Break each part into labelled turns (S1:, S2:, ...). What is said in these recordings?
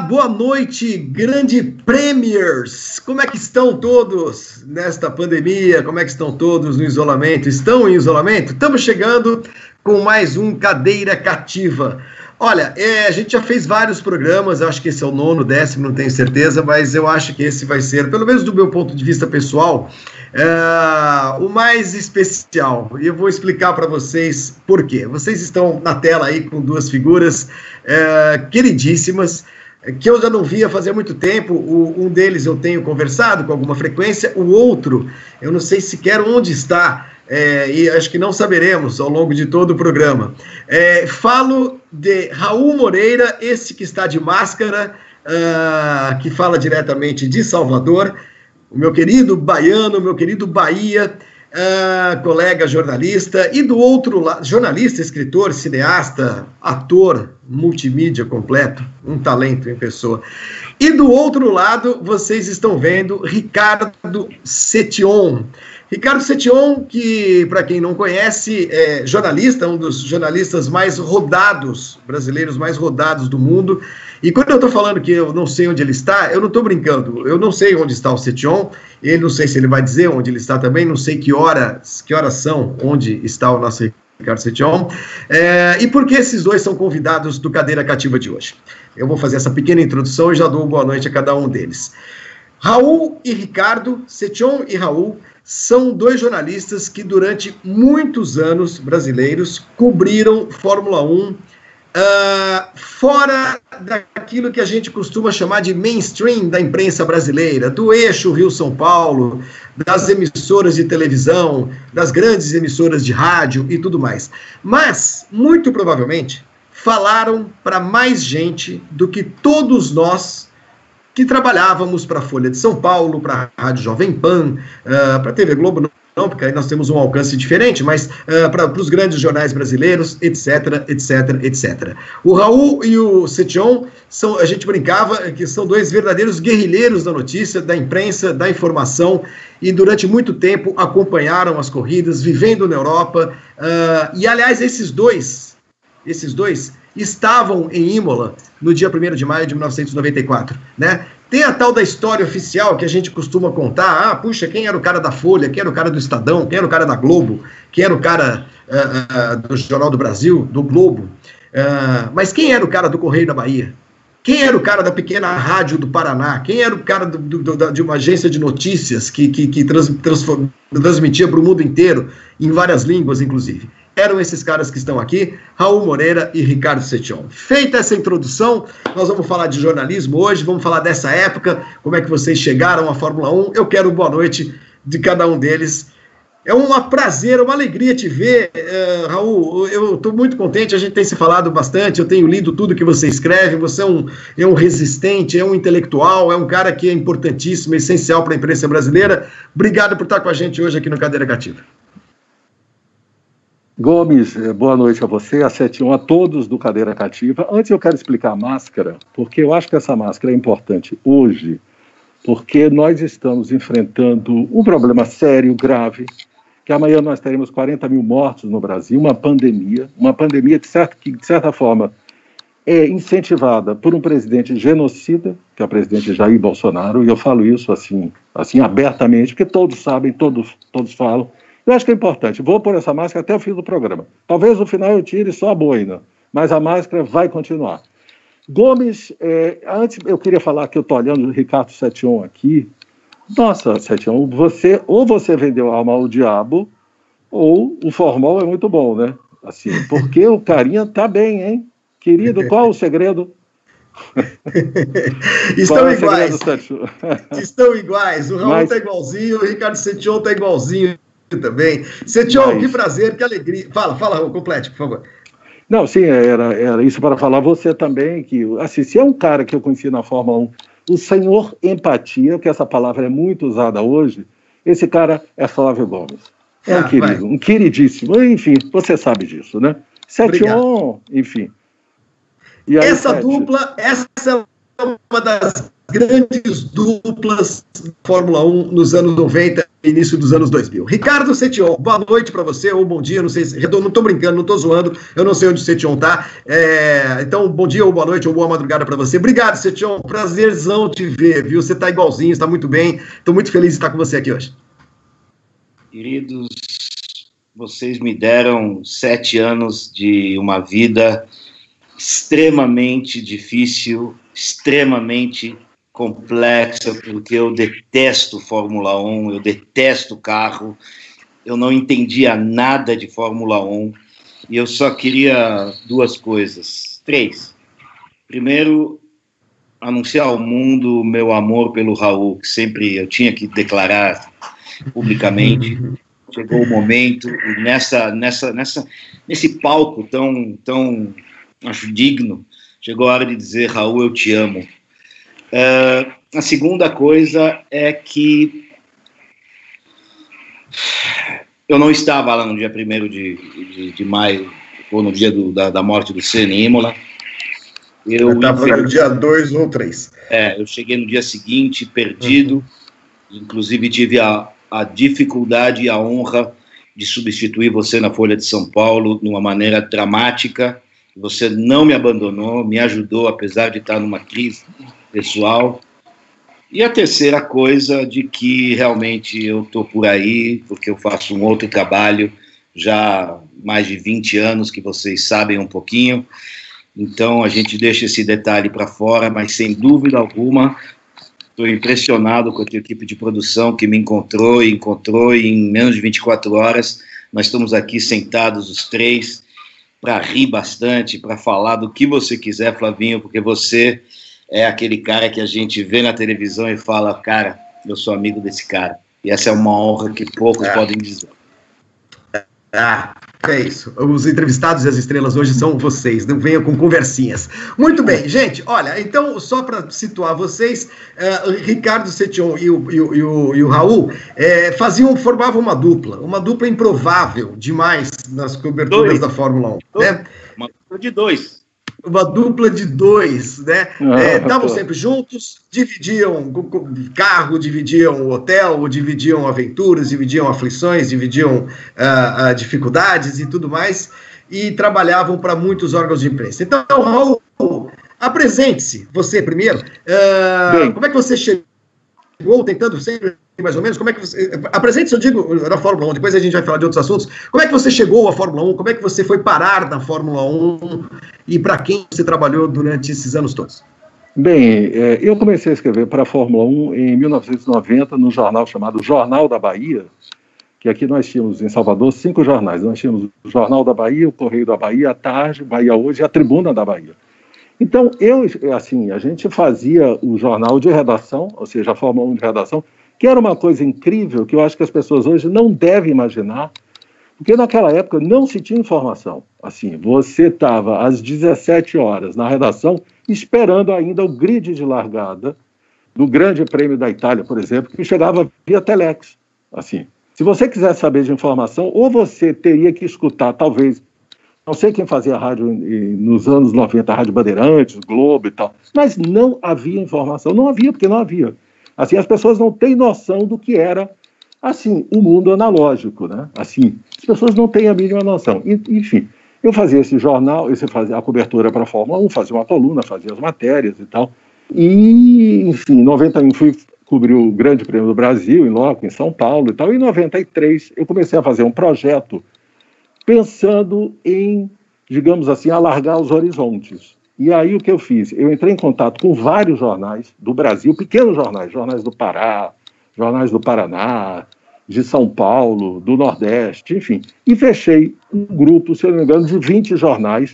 S1: boa noite, grande Premiers! Como é que estão todos nesta pandemia? Como é que estão todos no isolamento? Estão em isolamento? Estamos chegando com mais um Cadeira Cativa. Olha, a gente já fez vários programas, eu acho que esse é o 9º, 10º, não tenho certeza, mas eu acho que esse vai ser, pelo menos do meu ponto de vista pessoal, o mais especial. E eu vou explicar para vocês por quê. Vocês estão na tela aí com duas figuras queridíssimas, que eu já não via fazia muito tempo. Um deles eu tenho conversado com alguma frequência, o outro, eu não sei sequer onde está, e acho que não saberemos ao longo de todo o programa. Falo de Raul Moreira, esse que está de máscara, que fala diretamente de Salvador, o meu querido baiano, meu querido Bahia, colega jornalista, e do outro lado, jornalista, escritor, cineasta, ator, multimídia completo, um talento em pessoa. E do outro lado, vocês estão vendo Ricardo Setion. Ricardo Setion, que, para quem não conhece, é jornalista, um dos jornalistas mais rodados, brasileiros mais rodados do mundo. E quando eu estou falando que eu não sei onde ele está, eu não estou brincando. Eu não sei onde está o Setion, ele não sei se ele vai dizer onde ele está também, não sei que horas são, onde está o nosso Ricardo Setion. E por que esses dois são convidados do Cadeira Cativa de hoje? Eu vou fazer essa pequena introdução e já dou boa noite a cada um deles. Raul e Ricardo, Setion e Raul, são dois jornalistas que durante muitos anos brasileiros cobriram Fórmula 1 fora daquilo que a gente costuma chamar de mainstream da imprensa brasileira, do eixo Rio-São Paulo, das emissoras de televisão, das grandes emissoras de rádio e tudo mais. Mas, muito provavelmente, falaram para mais gente do que todos nós que trabalhávamos para a Folha de São Paulo, para a Rádio Jovem Pan, para a TV Globo, não, porque aí nós temos um alcance diferente, mas para os grandes jornais brasileiros, etc, etc, etc. O Raul e o Setion, a gente brincava que são dois verdadeiros guerrilheiros da notícia, da imprensa, da informação, e durante muito tempo acompanharam as corridas, vivendo na Europa, e aliás, esses dois estavam em Imola no dia 1º de maio de 1994, né? Tem a tal da história oficial que a gente costuma contar, puxa, quem era o cara da Folha, quem era o cara do Estadão, quem era o cara da Globo, quem era o cara do Jornal do Brasil, do Globo, mas quem era o cara do Correio da Bahia? Quem era o cara da pequena rádio do Paraná? Quem era o cara de uma agência de notícias que transmitia para o mundo inteiro, em várias línguas, inclusive? Eram esses caras que estão aqui, Raul Moreira e Ricardo Setion. Feita essa introdução, nós vamos falar de jornalismo hoje, vamos falar dessa época, como é que vocês chegaram à Fórmula 1. Eu quero boa noite de cada um deles. É um prazer, uma alegria te ver, Raul. Eu estou muito contente, a gente tem se falado bastante, eu tenho lido tudo que você escreve, você é um resistente, é um intelectual, é um cara que é importantíssimo, essencial para a imprensa brasileira. Obrigado por estar com a gente hoje aqui no Cadeira Cativa.
S2: Gomes, boa noite a você, a Setion, a todos do Cadeira Cativa. Antes eu quero explicar a máscara, porque eu acho que essa máscara é importante hoje, porque nós estamos enfrentando um problema sério, grave, que amanhã nós teremos 40 mil mortos no Brasil, uma pandemia que, de certa forma, é incentivada por um presidente genocida, que é o presidente Jair Bolsonaro, e eu falo isso assim abertamente, porque todos sabem, todos falam. Eu acho que é importante. Vou pôr essa máscara até o fim do programa. Talvez no final eu tire só a boina, mas a máscara vai continuar. Gomes, antes eu queria falar que eu estou olhando o Ricardo Setion aqui. Nossa, Setion, você vendeu a alma ao diabo, ou o formal é muito bom, né? Assim, porque o carinha tá bem, hein? Querido, qual o segredo?
S1: Estão iguais. Estão iguais. O Raul está igualzinho, o Ricardo Setion está igualzinho também. Setion, que prazer, que alegria. Fala, Raul, complete, por favor.
S2: Não, sim, era isso para falar. Você também, que assim, se é um cara que eu conheci na Fórmula 1, o senhor empatia, que essa palavra é muito usada hoje, esse cara é Flávio Gomes. É um querido, um queridíssimo. Enfim, você sabe disso, né? Setion, enfim.
S1: E aí, essa dupla, essa é uma das grandes duplas da Fórmula 1 nos anos 90 e início dos anos 2000. Ricardo Setion, boa noite para você, ou bom dia, não sei se... Não estou brincando, não estou zoando, eu não sei onde o Setion está. Então, bom dia, ou boa noite, ou boa madrugada para você. Obrigado, Setion, prazerzão te ver, viu? Você está igualzinho, está muito bem. Estou muito feliz de estar com você aqui hoje.
S3: Queridos, vocês me deram 7 anos de uma vida extremamente difícil, extremamente complexa, porque eu detesto Fórmula 1, eu detesto carro, eu não entendia nada de Fórmula 1, e eu só queria 3. Primeiro, anunciar ao mundo o meu amor pelo Raul, que sempre eu tinha que declarar publicamente. Chegou o momento, e nesse palco tão acho digno, chegou a hora de dizer: Raul, eu te amo. A segunda coisa é que eu não estava lá no dia 1º de maio, ou no dia da morte do Senna em Imola. Eu estava
S1: no dia 2 ou 3.
S3: Eu cheguei no dia seguinte, perdido, inclusive tive a dificuldade e a honra de substituir você na Folha de São Paulo de uma maneira dramática. Você não me abandonou, me ajudou, apesar de estar numa crise pessoal. E a terceira coisa, de que realmente eu estou por aí, porque eu faço um outro trabalho já há mais de 20 anos, que vocês sabem um pouquinho. Então a gente deixa esse detalhe para fora, mas sem dúvida alguma, estou impressionado com a tua equipe de produção que me encontrou e em menos de 24 horas. Nós estamos aqui sentados os 3 para rir bastante, para falar do que você quiser, Flavinho, porque você é aquele cara que a gente vê na televisão e fala: cara, eu sou amigo desse cara. E essa é uma honra que poucos podem dizer.
S1: É isso. Os entrevistados e as estrelas hoje são vocês, não venham com conversinhas. Muito bem, gente, olha, então, só para situar vocês, Ricardo Setion e o Raul formavam uma dupla improvável demais nas coberturas da Fórmula 1. Né?
S3: Uma dupla de 2.
S1: Uma dupla de 2, né? Estavam sempre juntos, dividiam carro, dividiam hotel, dividiam aventuras, dividiam aflições, dividiam dificuldades e tudo mais, e trabalhavam para muitos órgãos de imprensa. Então, Raul, apresente-se, você primeiro. Como é que você chegou, tentando sempre, mais ou menos, como é que você... Apresente-se, eu digo, na Fórmula 1, depois a gente vai falar de outros assuntos. Como é que você chegou à Fórmula 1? Como é que você foi parar na Fórmula 1? E para quem você trabalhou durante esses anos todos?
S2: Bem, eu comecei a escrever para a Fórmula 1 em 1990, num jornal chamado Jornal da Bahia, que aqui nós tínhamos em Salvador 5 jornais. Nós tínhamos o Jornal da Bahia, o Correio da Bahia, a Tarde, Bahia Hoje e a Tribuna da Bahia. Então, a gente fazia o jornal de redação, ou seja, a Fórmula 1 de redação, que era uma coisa incrível, que eu acho que as pessoas hoje não devem imaginar, porque naquela época não se tinha informação. Assim, você estava às 17 horas na redação, esperando ainda o grid de largada do Grande Prêmio da Itália, por exemplo, que chegava via telex. Assim, se você quisesse saber de informação, ou você teria que escutar, talvez, não sei quem fazia rádio nos anos 90, a Rádio Bandeirantes, Globo e tal, mas não havia informação, não havia, porque não havia. Assim, as pessoas não têm noção do que era, assim, o mundo analógico, né? Assim, as pessoas não têm a mínima noção. Enfim, eu fazia esse jornal, fazia a cobertura para a Fórmula 1, fazia uma coluna, fazia as matérias e tal. E, enfim, em 91 fui cobrir o Grande Prêmio do Brasil, em loco, em São Paulo e tal. E em 93 eu comecei a fazer um projeto pensando em, digamos assim, alargar os horizontes. E aí o que eu fiz? Eu entrei em contato com vários jornais do Brasil, pequenos jornais, jornais do Pará, jornais do Paraná, de São Paulo, do Nordeste, enfim. E fechei um grupo, se eu não me engano, de 20 jornais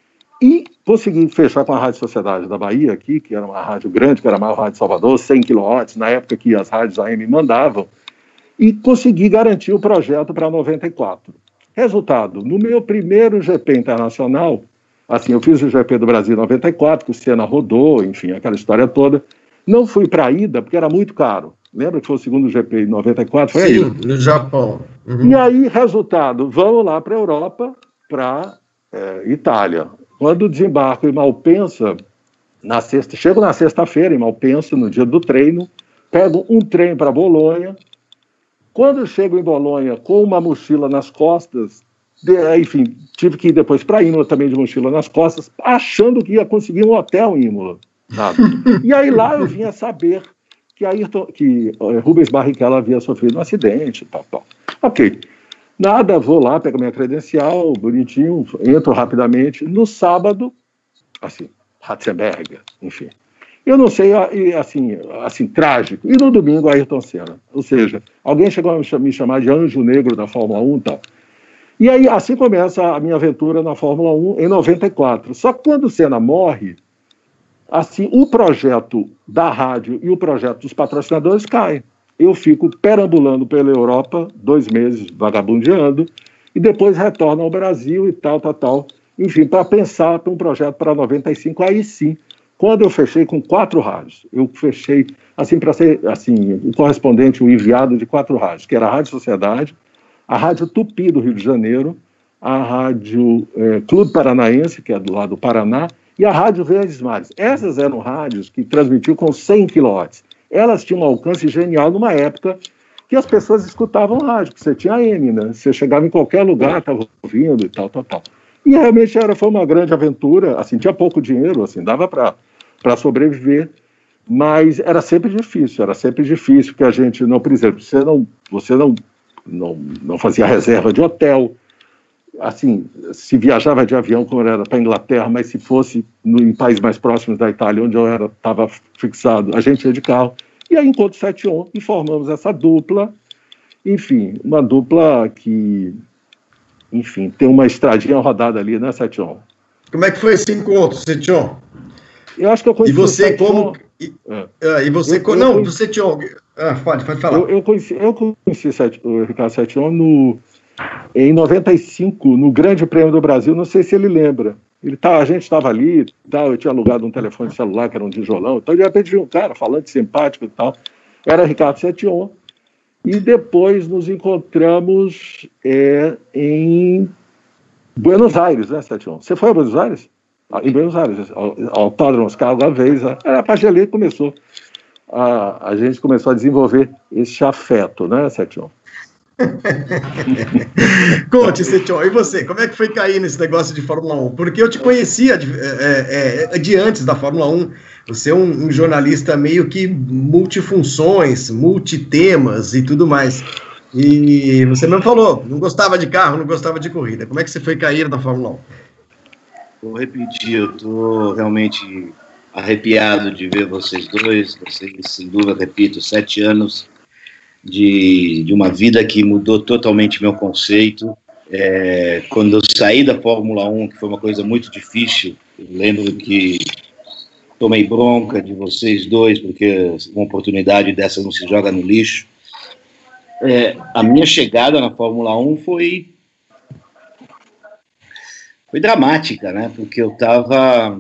S2: e consegui fechar com a Rádio Sociedade da Bahia aqui, que era uma rádio grande, que era a maior rádio de Salvador, 100 kW, na época que as rádios AM mandavam, e consegui garantir o projeto para 94. Resultado, no meu primeiro GP internacional, assim, eu fiz o GP do Brasil em 94, que o Senna rodou, enfim, aquela história toda. Não fui para a ida, porque era muito caro. Lembra que foi o segundo GP em 94? Foi
S1: Sim, no Japão.
S2: Uhum. E aí, resultado, vamos lá para a Europa, para Itália. Quando desembarco em Malpensa, Chego na sexta-feira, em Malpensa, no dia do treino, pego um trem para Bolonha. Quando eu chego em Bolonha com uma mochila nas costas, enfim, tive que ir depois para Imola também de mochila nas costas, achando que ia conseguir um hotel em Imola. Sabe? E aí lá eu vinha saber que Rubens Barrichello havia sofrido um acidente e tal. Ok. Nada, vou lá, pego minha credencial, bonitinho, entro rapidamente. No sábado, assim, Ratzenberger, enfim. Eu não sei, assim, trágico. E no domingo, Ayrton Senna. Ou seja, alguém chegou a me chamar de anjo negro da Fórmula 1 e tal. E aí, assim começa a minha aventura na Fórmula 1 em 94. Só que quando o Senna morre, assim, o projeto da rádio e o projeto dos patrocinadores caem. Eu fico perambulando pela Europa, 2 meses vagabundeando, e depois retorno ao Brasil e tal. Enfim, para pensar para um projeto para 95, aí sim, quando eu fechei com 4 rádios. Eu fechei, assim, para ser assim, o correspondente, o enviado de 4 rádios, que era a Rádio Sociedade, a Rádio Tupi do Rio de Janeiro, a Rádio Clube Paranaense, que é do lado do Paraná, e a Rádio Verdes Mares. Essas eram rádios que transmitiam com 100 kW. Elas tinham um alcance genial numa época que as pessoas escutavam rádio, que você tinha AM, né? Você chegava em qualquer lugar, estava ouvindo e tal. E realmente foi uma grande aventura, assim, tinha pouco dinheiro, assim, dava para sobreviver, mas era sempre difícil, porque a gente não, por exemplo, você não fazia reserva de hotel, assim, se viajava de avião como era para a Inglaterra, mas se fosse em países mais próximos da Itália, onde eu estava fixado, a gente ia de carro. E aí, encontro 71, e formamos essa dupla, enfim, uma dupla que, enfim, tem uma estradinha rodada ali, né, Setion?
S1: Como é que foi esse encontro, Setion?
S2: Eu acho que eu conheci.
S1: E você como... E você... Não, você, Setion... Pode falar.
S2: Eu conheci o Ricardo Setion em 95, no Grande Prêmio do Brasil, não sei se ele lembra. A gente estava ali e tal, eu tinha alugado um telefone celular, que era um tijolão, então de repente vi um cara falante, simpático e tal, era Ricardo Setion, e depois nos encontramos em Buenos Aires, né, Setion? Você foi a Buenos Aires? Em Buenos Aires, Autódromo Oscar Gavês, a partir dali começou, a gente começou a desenvolver esse afeto, né, Setion?
S1: Conte, Setion, e você, como é que foi cair nesse negócio de Fórmula 1? Porque eu te conhecia de antes da Fórmula 1, você é um jornalista meio que multifunções, multitemas e tudo mais, e você mesmo falou, não gostava de carro, não gostava de corrida, como é que você foi cair na Fórmula 1?
S3: Vou repetir, eu estou realmente arrepiado de ver vocês dois, sem dúvida, repito, 7 anos de uma vida que mudou totalmente meu conceito. Quando eu saí da Fórmula 1, que foi uma coisa muito difícil, eu lembro que tomei bronca de vocês dois, porque uma oportunidade dessa não se joga no lixo. A minha chegada na Fórmula 1 foi dramática, né? Porque eu estava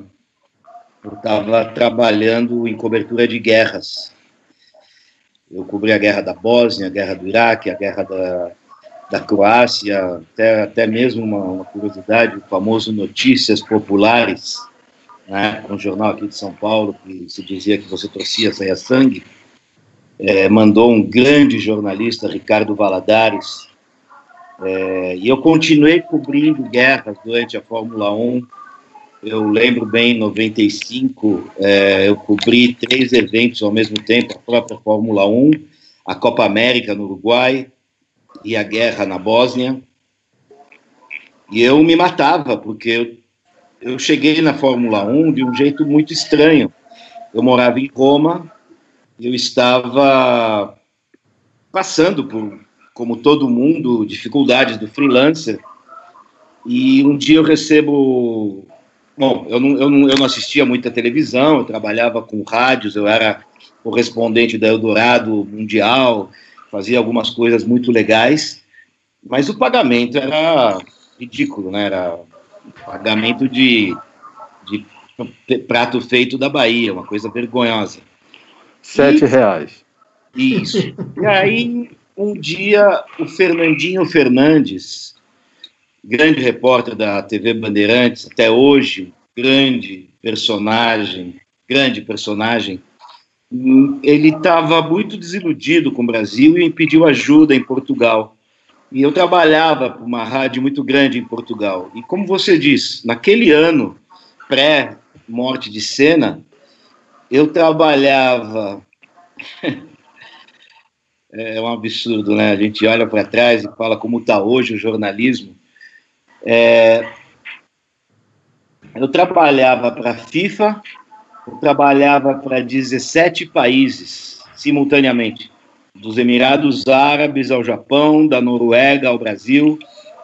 S3: trabalhando em cobertura de guerras. Eu cobri a guerra da Bósnia, a guerra do Iraque, a guerra da Croácia, até mesmo uma curiosidade, o famoso Notícias Populares, né, um jornal aqui de São Paulo, que se dizia que você torcia, saia sangue, mandou um grande jornalista, Ricardo Valadares, e eu continuei cobrindo guerras durante a Fórmula 1. Eu lembro bem, em 95, eu cobri 3 eventos ao mesmo tempo, a própria Fórmula 1, a Copa América no Uruguai e a guerra na Bósnia. E eu me matava, porque eu cheguei na Fórmula 1 de um jeito muito estranho. Eu morava em Roma, eu estava passando por, como todo mundo, dificuldades do freelancer, e um dia eu recebo... Bom, eu não assistia muita televisão, eu trabalhava com rádios, eu era correspondente da Eldorado Mundial, fazia algumas coisas muito legais, mas o pagamento era ridículo, né? Era pagamento de prato feito da Bahia, uma coisa vergonhosa.
S2: R$7.
S3: Isso. E aí, um dia, o Fernandinho Fernandes, grande repórter da TV Bandeirantes, até hoje, grande personagem, grande personagem, ele estava muito desiludido com o Brasil e me pediu ajuda em Portugal. E eu trabalhava para uma rádio muito grande em Portugal. E como você diz, naquele ano, pré-morte de Senna, eu trabalhava... É um absurdo, né? A gente olha para trás e fala como está hoje o jornalismo. Eu trabalhava para a FIFA, eu trabalhava para 17 países simultaneamente, dos Emirados Árabes ao Japão, da Noruega ao Brasil.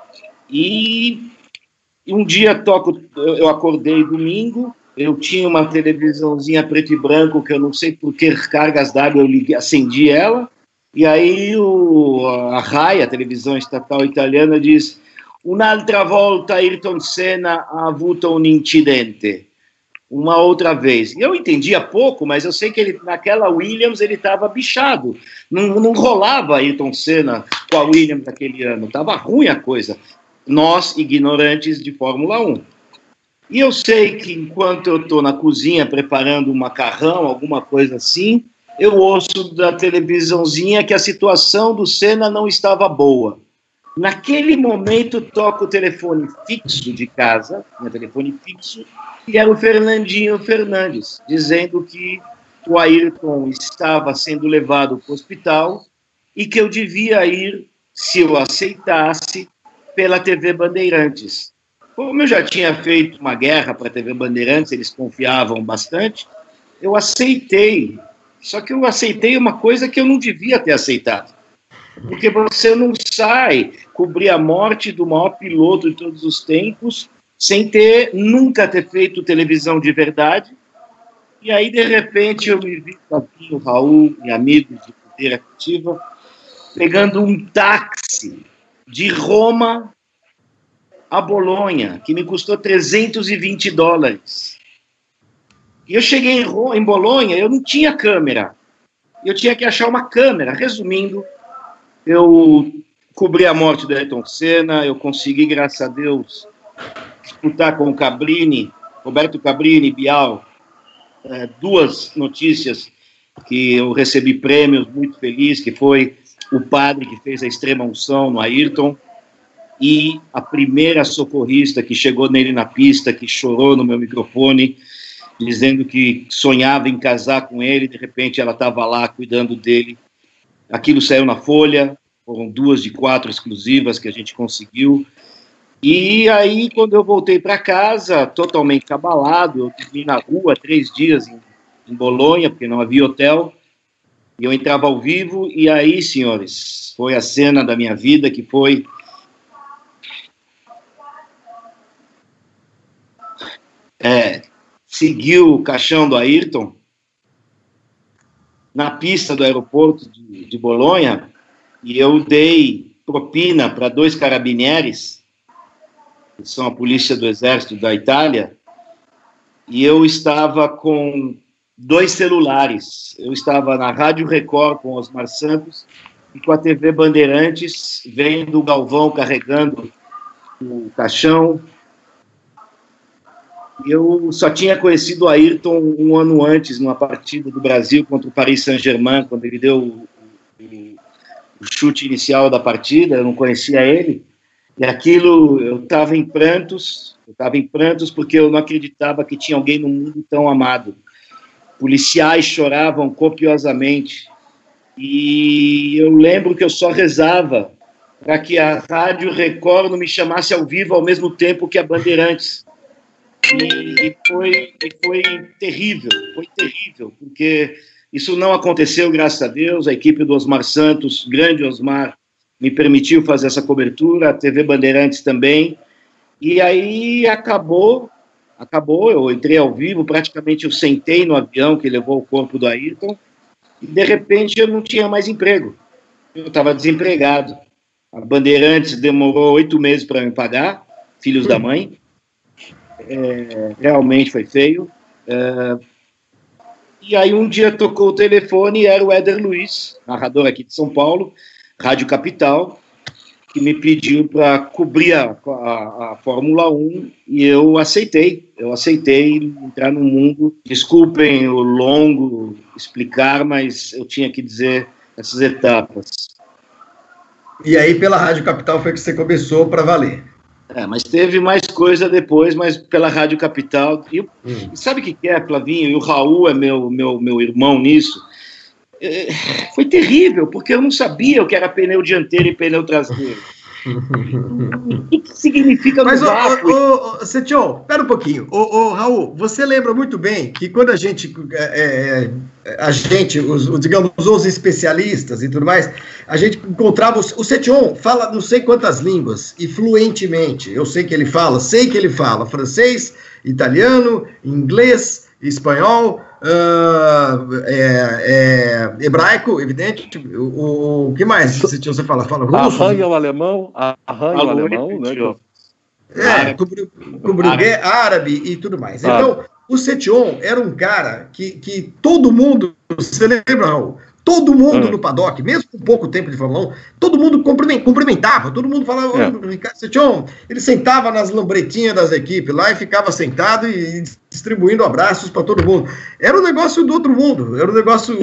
S3: E um dia eu acordei domingo, eu tinha uma televisãozinha preto e branco que eu não sei por que cargas d'água eu acendi ela, e aí a RAI, a televisão estatal italiana, diz: un'altra volta Ayrton Senna ha avuto un incidente. Uma outra vez. E eu entendia pouco, mas eu sei que naquela Williams ele estava bichado. Não rolava Ayrton Senna com a Williams naquele ano. Estava ruim a coisa. Nós, ignorantes de Fórmula 1. E eu sei que enquanto eu estou na cozinha preparando um macarrão, alguma coisa assim, eu ouço da televisãozinha que a situação do Senna não estava boa. Naquele momento, toco o telefone fixo de casa, meu telefone fixo, e era o Fernandinho Fernandes, dizendo que o Ayrton estava sendo levado para o hospital e que eu devia ir, se eu aceitasse, pela TV Bandeirantes. Como eu já tinha feito uma guerra para a TV Bandeirantes, eles confiavam bastante, eu aceitei. Só que eu aceitei uma coisa que eu não devia ter aceitado. Porque você não sai cobrir a morte do maior piloto de todos os tempos sem nunca ter feito televisão de verdade. E aí, de repente, eu me vi com o Raul e amigos de Cadeira Cativa pegando um táxi de Roma a Bolonha, que me custou $320. E eu cheguei em Bolonha, eu não tinha câmera. Eu tinha que achar uma câmera. Resumindo, eu cobri a morte do Ayrton Senna, eu consegui, graças a Deus, disputar com o Cabrini, Roberto Cabrini, Bial, duas notícias que eu recebi prêmios, muito feliz, que foi o padre que fez a extrema unção no Ayrton e a primeira socorrista que chegou nele na pista, que chorou no meu microfone, dizendo que sonhava em casar com ele, de repente ela estava lá cuidando dele. Aquilo saiu na Folha, foram 2 de 4 exclusivas que a gente conseguiu. E aí, quando eu voltei para casa, totalmente abalado, eu dormi na rua 3 dias em Bolonha, porque não havia hotel, e eu entrava ao vivo, e aí, senhores, foi a cena da minha vida que foi... seguiu o caixão do Ayrton na pista do aeroporto de Bolonha, e eu dei propina para 2 carabinieri, que são a polícia do exército da Itália, e eu estava com 2 celulares. Eu estava na Rádio Record com Osmar Santos e com a TV Bandeirantes, vendo o Galvão carregando o caixão. Eu só tinha conhecido o Ayrton um ano antes, numa partida do Brasil contra o Paris Saint-Germain, quando ele deu o chute inicial da partida. Eu não conhecia ele, e aquilo, eu estava em prantos porque eu não acreditava que tinha alguém no mundo tão amado. Policiais choravam copiosamente, e eu lembro que eu só rezava para que a Rádio Record não me chamasse ao vivo ao mesmo tempo que a Bandeirantes. E foi terrível, porque isso não aconteceu, graças a Deus. A equipe do Osmar Santos, grande Osmar, me permitiu fazer essa cobertura, a TV Bandeirantes também, e aí acabou, eu entrei ao vivo, praticamente eu sentei no avião que levou o corpo do Ayrton, e de repente eu não tinha mais emprego, eu estava desempregado. A Bandeirantes demorou 8 meses para me pagar, filhos da mãe. Realmente foi feio. E aí um dia tocou o telefone e era o Éder Luiz, narrador aqui de São Paulo, Rádio Capital, que me pediu para cobrir a Fórmula 1 e eu aceitei entrar no mundo. Desculpem o longo explicar, mas eu tinha que dizer essas etapas.
S1: E aí, pela Rádio Capital, foi que você começou para valer.
S3: Mas teve mais coisa depois, mas pela Rádio Capital. E sabe o que é, Flavinho? E o Raul é meu irmão nisso. Foi terrível, porque eu não sabia o que era pneu dianteiro e pneu traseiro. O que significa
S1: mas, Setião, pera um pouquinho. Raul, você lembra muito bem que quando digamos, os especialistas e tudo mais, a gente encontrava... O Setião fala não sei quantas línguas, e fluentemente. Eu sei que ele fala francês, italiano, inglês, espanhol, hebraico, evidente. O que mais você fala? Fala russo?
S2: Arranha o alemão, né?
S1: Cubrigué, árabe e tudo mais. Então, o Setion era um cara que todo mundo, você lembra, Raul? Todo mundo no paddock, mesmo com pouco tempo de Fórmula 1, todo mundo cumprimentava, todo mundo falava, Ricardo Setion, ele sentava nas lambretinhas das equipes lá e ficava sentado e distribuindo abraços para todo mundo. Era um negócio do outro mundo, era um negócio...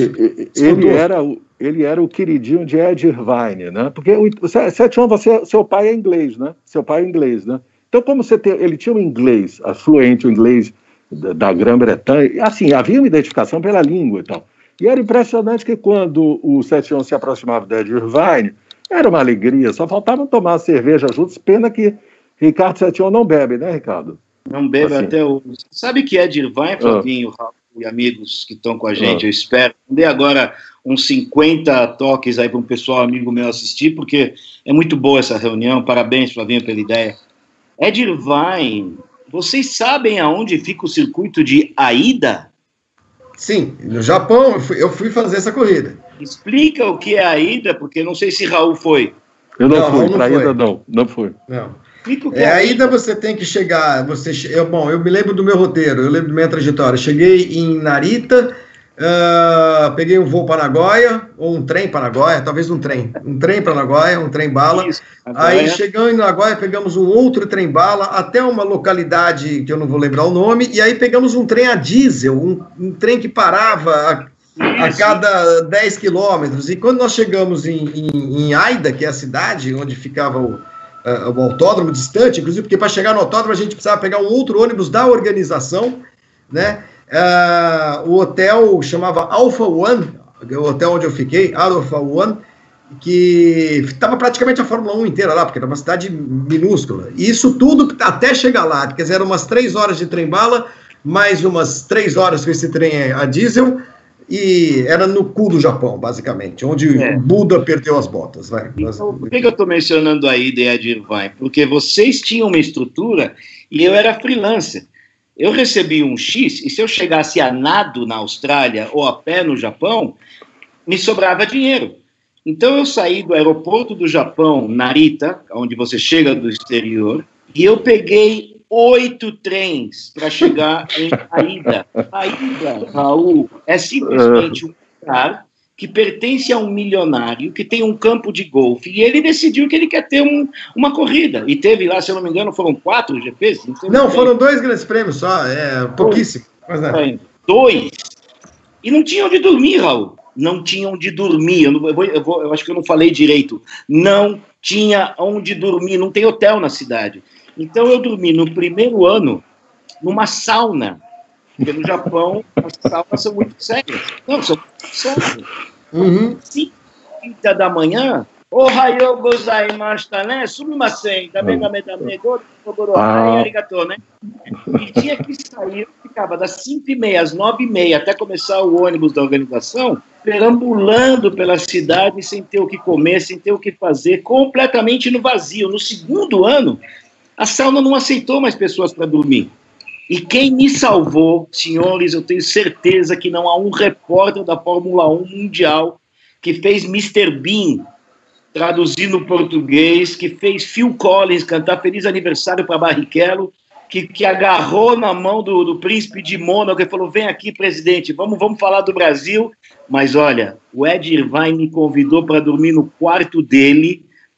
S2: Ele era o queridinho de Ed Irvine, né? Porque Setion, seu pai é inglês, né? Então, como ele tinha um inglês, fluente, o inglês da Grã-Bretanha, assim, havia uma identificação pela língua e tal. E era impressionante que quando o Setion se aproximava da Ed Irvine, era uma alegria, só faltava tomar cerveja juntos, pena que Ricardo Setion não bebe, né, Ricardo?
S3: Não bebe assim. Até hoje. Sabe que Ed Irvine, Flavinho, Raul e amigos que estão com a gente, eu espero, dê agora uns 50 toques aí para um pessoal amigo meu assistir, porque é muito boa essa reunião, parabéns, Flavinho, pela ideia. Ed Irvine, vocês sabem aonde fica o circuito de Aida?
S1: Sim, no Japão eu fui fazer essa corrida.
S3: Explica o que é a Aida, porque não sei se Raul foi.
S2: Eu não fui, para a Aida não fui.
S1: Não. A Aida você tem que chegar, eu me lembro do meu roteiro, eu lembro da minha trajetória. Cheguei em Narita, peguei um voo para Nagoya, ou um trem para Nagoya, talvez um trem para Nagoya, um trem bala. Isso, aí chegando em Nagoya, pegamos um outro trem bala até uma localidade que eu não vou lembrar o nome, e aí pegamos um trem a diesel, um trem que parava a cada 10 quilômetros. E quando nós chegamos em Aida, que é a cidade onde ficava o autódromo distante, inclusive, porque para chegar no autódromo a gente precisava pegar um outro ônibus da organização, né? O hotel chamava Alpha One, o hotel onde eu fiquei, Alpha One, que estava praticamente a Fórmula 1 inteira lá, porque era uma cidade minúscula. E isso tudo até chegar lá, quer dizer, eram umas 3 horas de trem-bala, mais umas 3 horas com esse trem a diesel, e era no cu do Japão, basicamente, onde o Buda perdeu as botas.
S3: Então, por que eu estou mencionando a ideia de Irvine? Porque vocês tinham uma estrutura e eu era freelancer. Eu recebi um X, e se eu chegasse a nado na Austrália ou a pé no Japão, me sobrava dinheiro. Então eu saí do aeroporto do Japão, Narita, onde você chega do exterior, e eu peguei 8 trens para chegar em Aida. Aida, Raul, é simplesmente um lugar que pertence a um milionário que tem um campo de golfe, e ele decidiu que ele quer ter uma corrida, e teve lá, se eu não me engano, foram 4 GPs?
S1: Não, foram 2 grandes prêmios só, pouquíssimo. Mas
S3: 2, e não tinham onde dormir, Raul, não tinham onde dormir, eu acho que eu não falei direito, não tinha onde dormir, não tem hotel na cidade, então eu dormi no primeiro ano numa sauna, porque no Japão as saunas são muito sérias. Não, são muito sérias. 5h30 da manhã, Ohayou gozaimashita, né? Sumimasen, dame, arigatou, né? E tinha que sair, ficava das 5h30 às 9h30 até começar o ônibus da organização, perambulando pela cidade sem ter o que comer, sem ter o que fazer, completamente no vazio. No segundo ano, a sauna não aceitou mais pessoas para dormir. E quem me salvou, senhores, eu tenho certeza que não há um repórter da Fórmula 1 mundial que fez Mr. Bean traduzir no português, que fez Phil Collins cantar Feliz Aniversário para Barrichello, que agarrou na mão do príncipe de Mônaco e falou, vem aqui, presidente, vamos falar do Brasil. Mas olha, o Ed Irvine me convidou para dormir no quarto dele,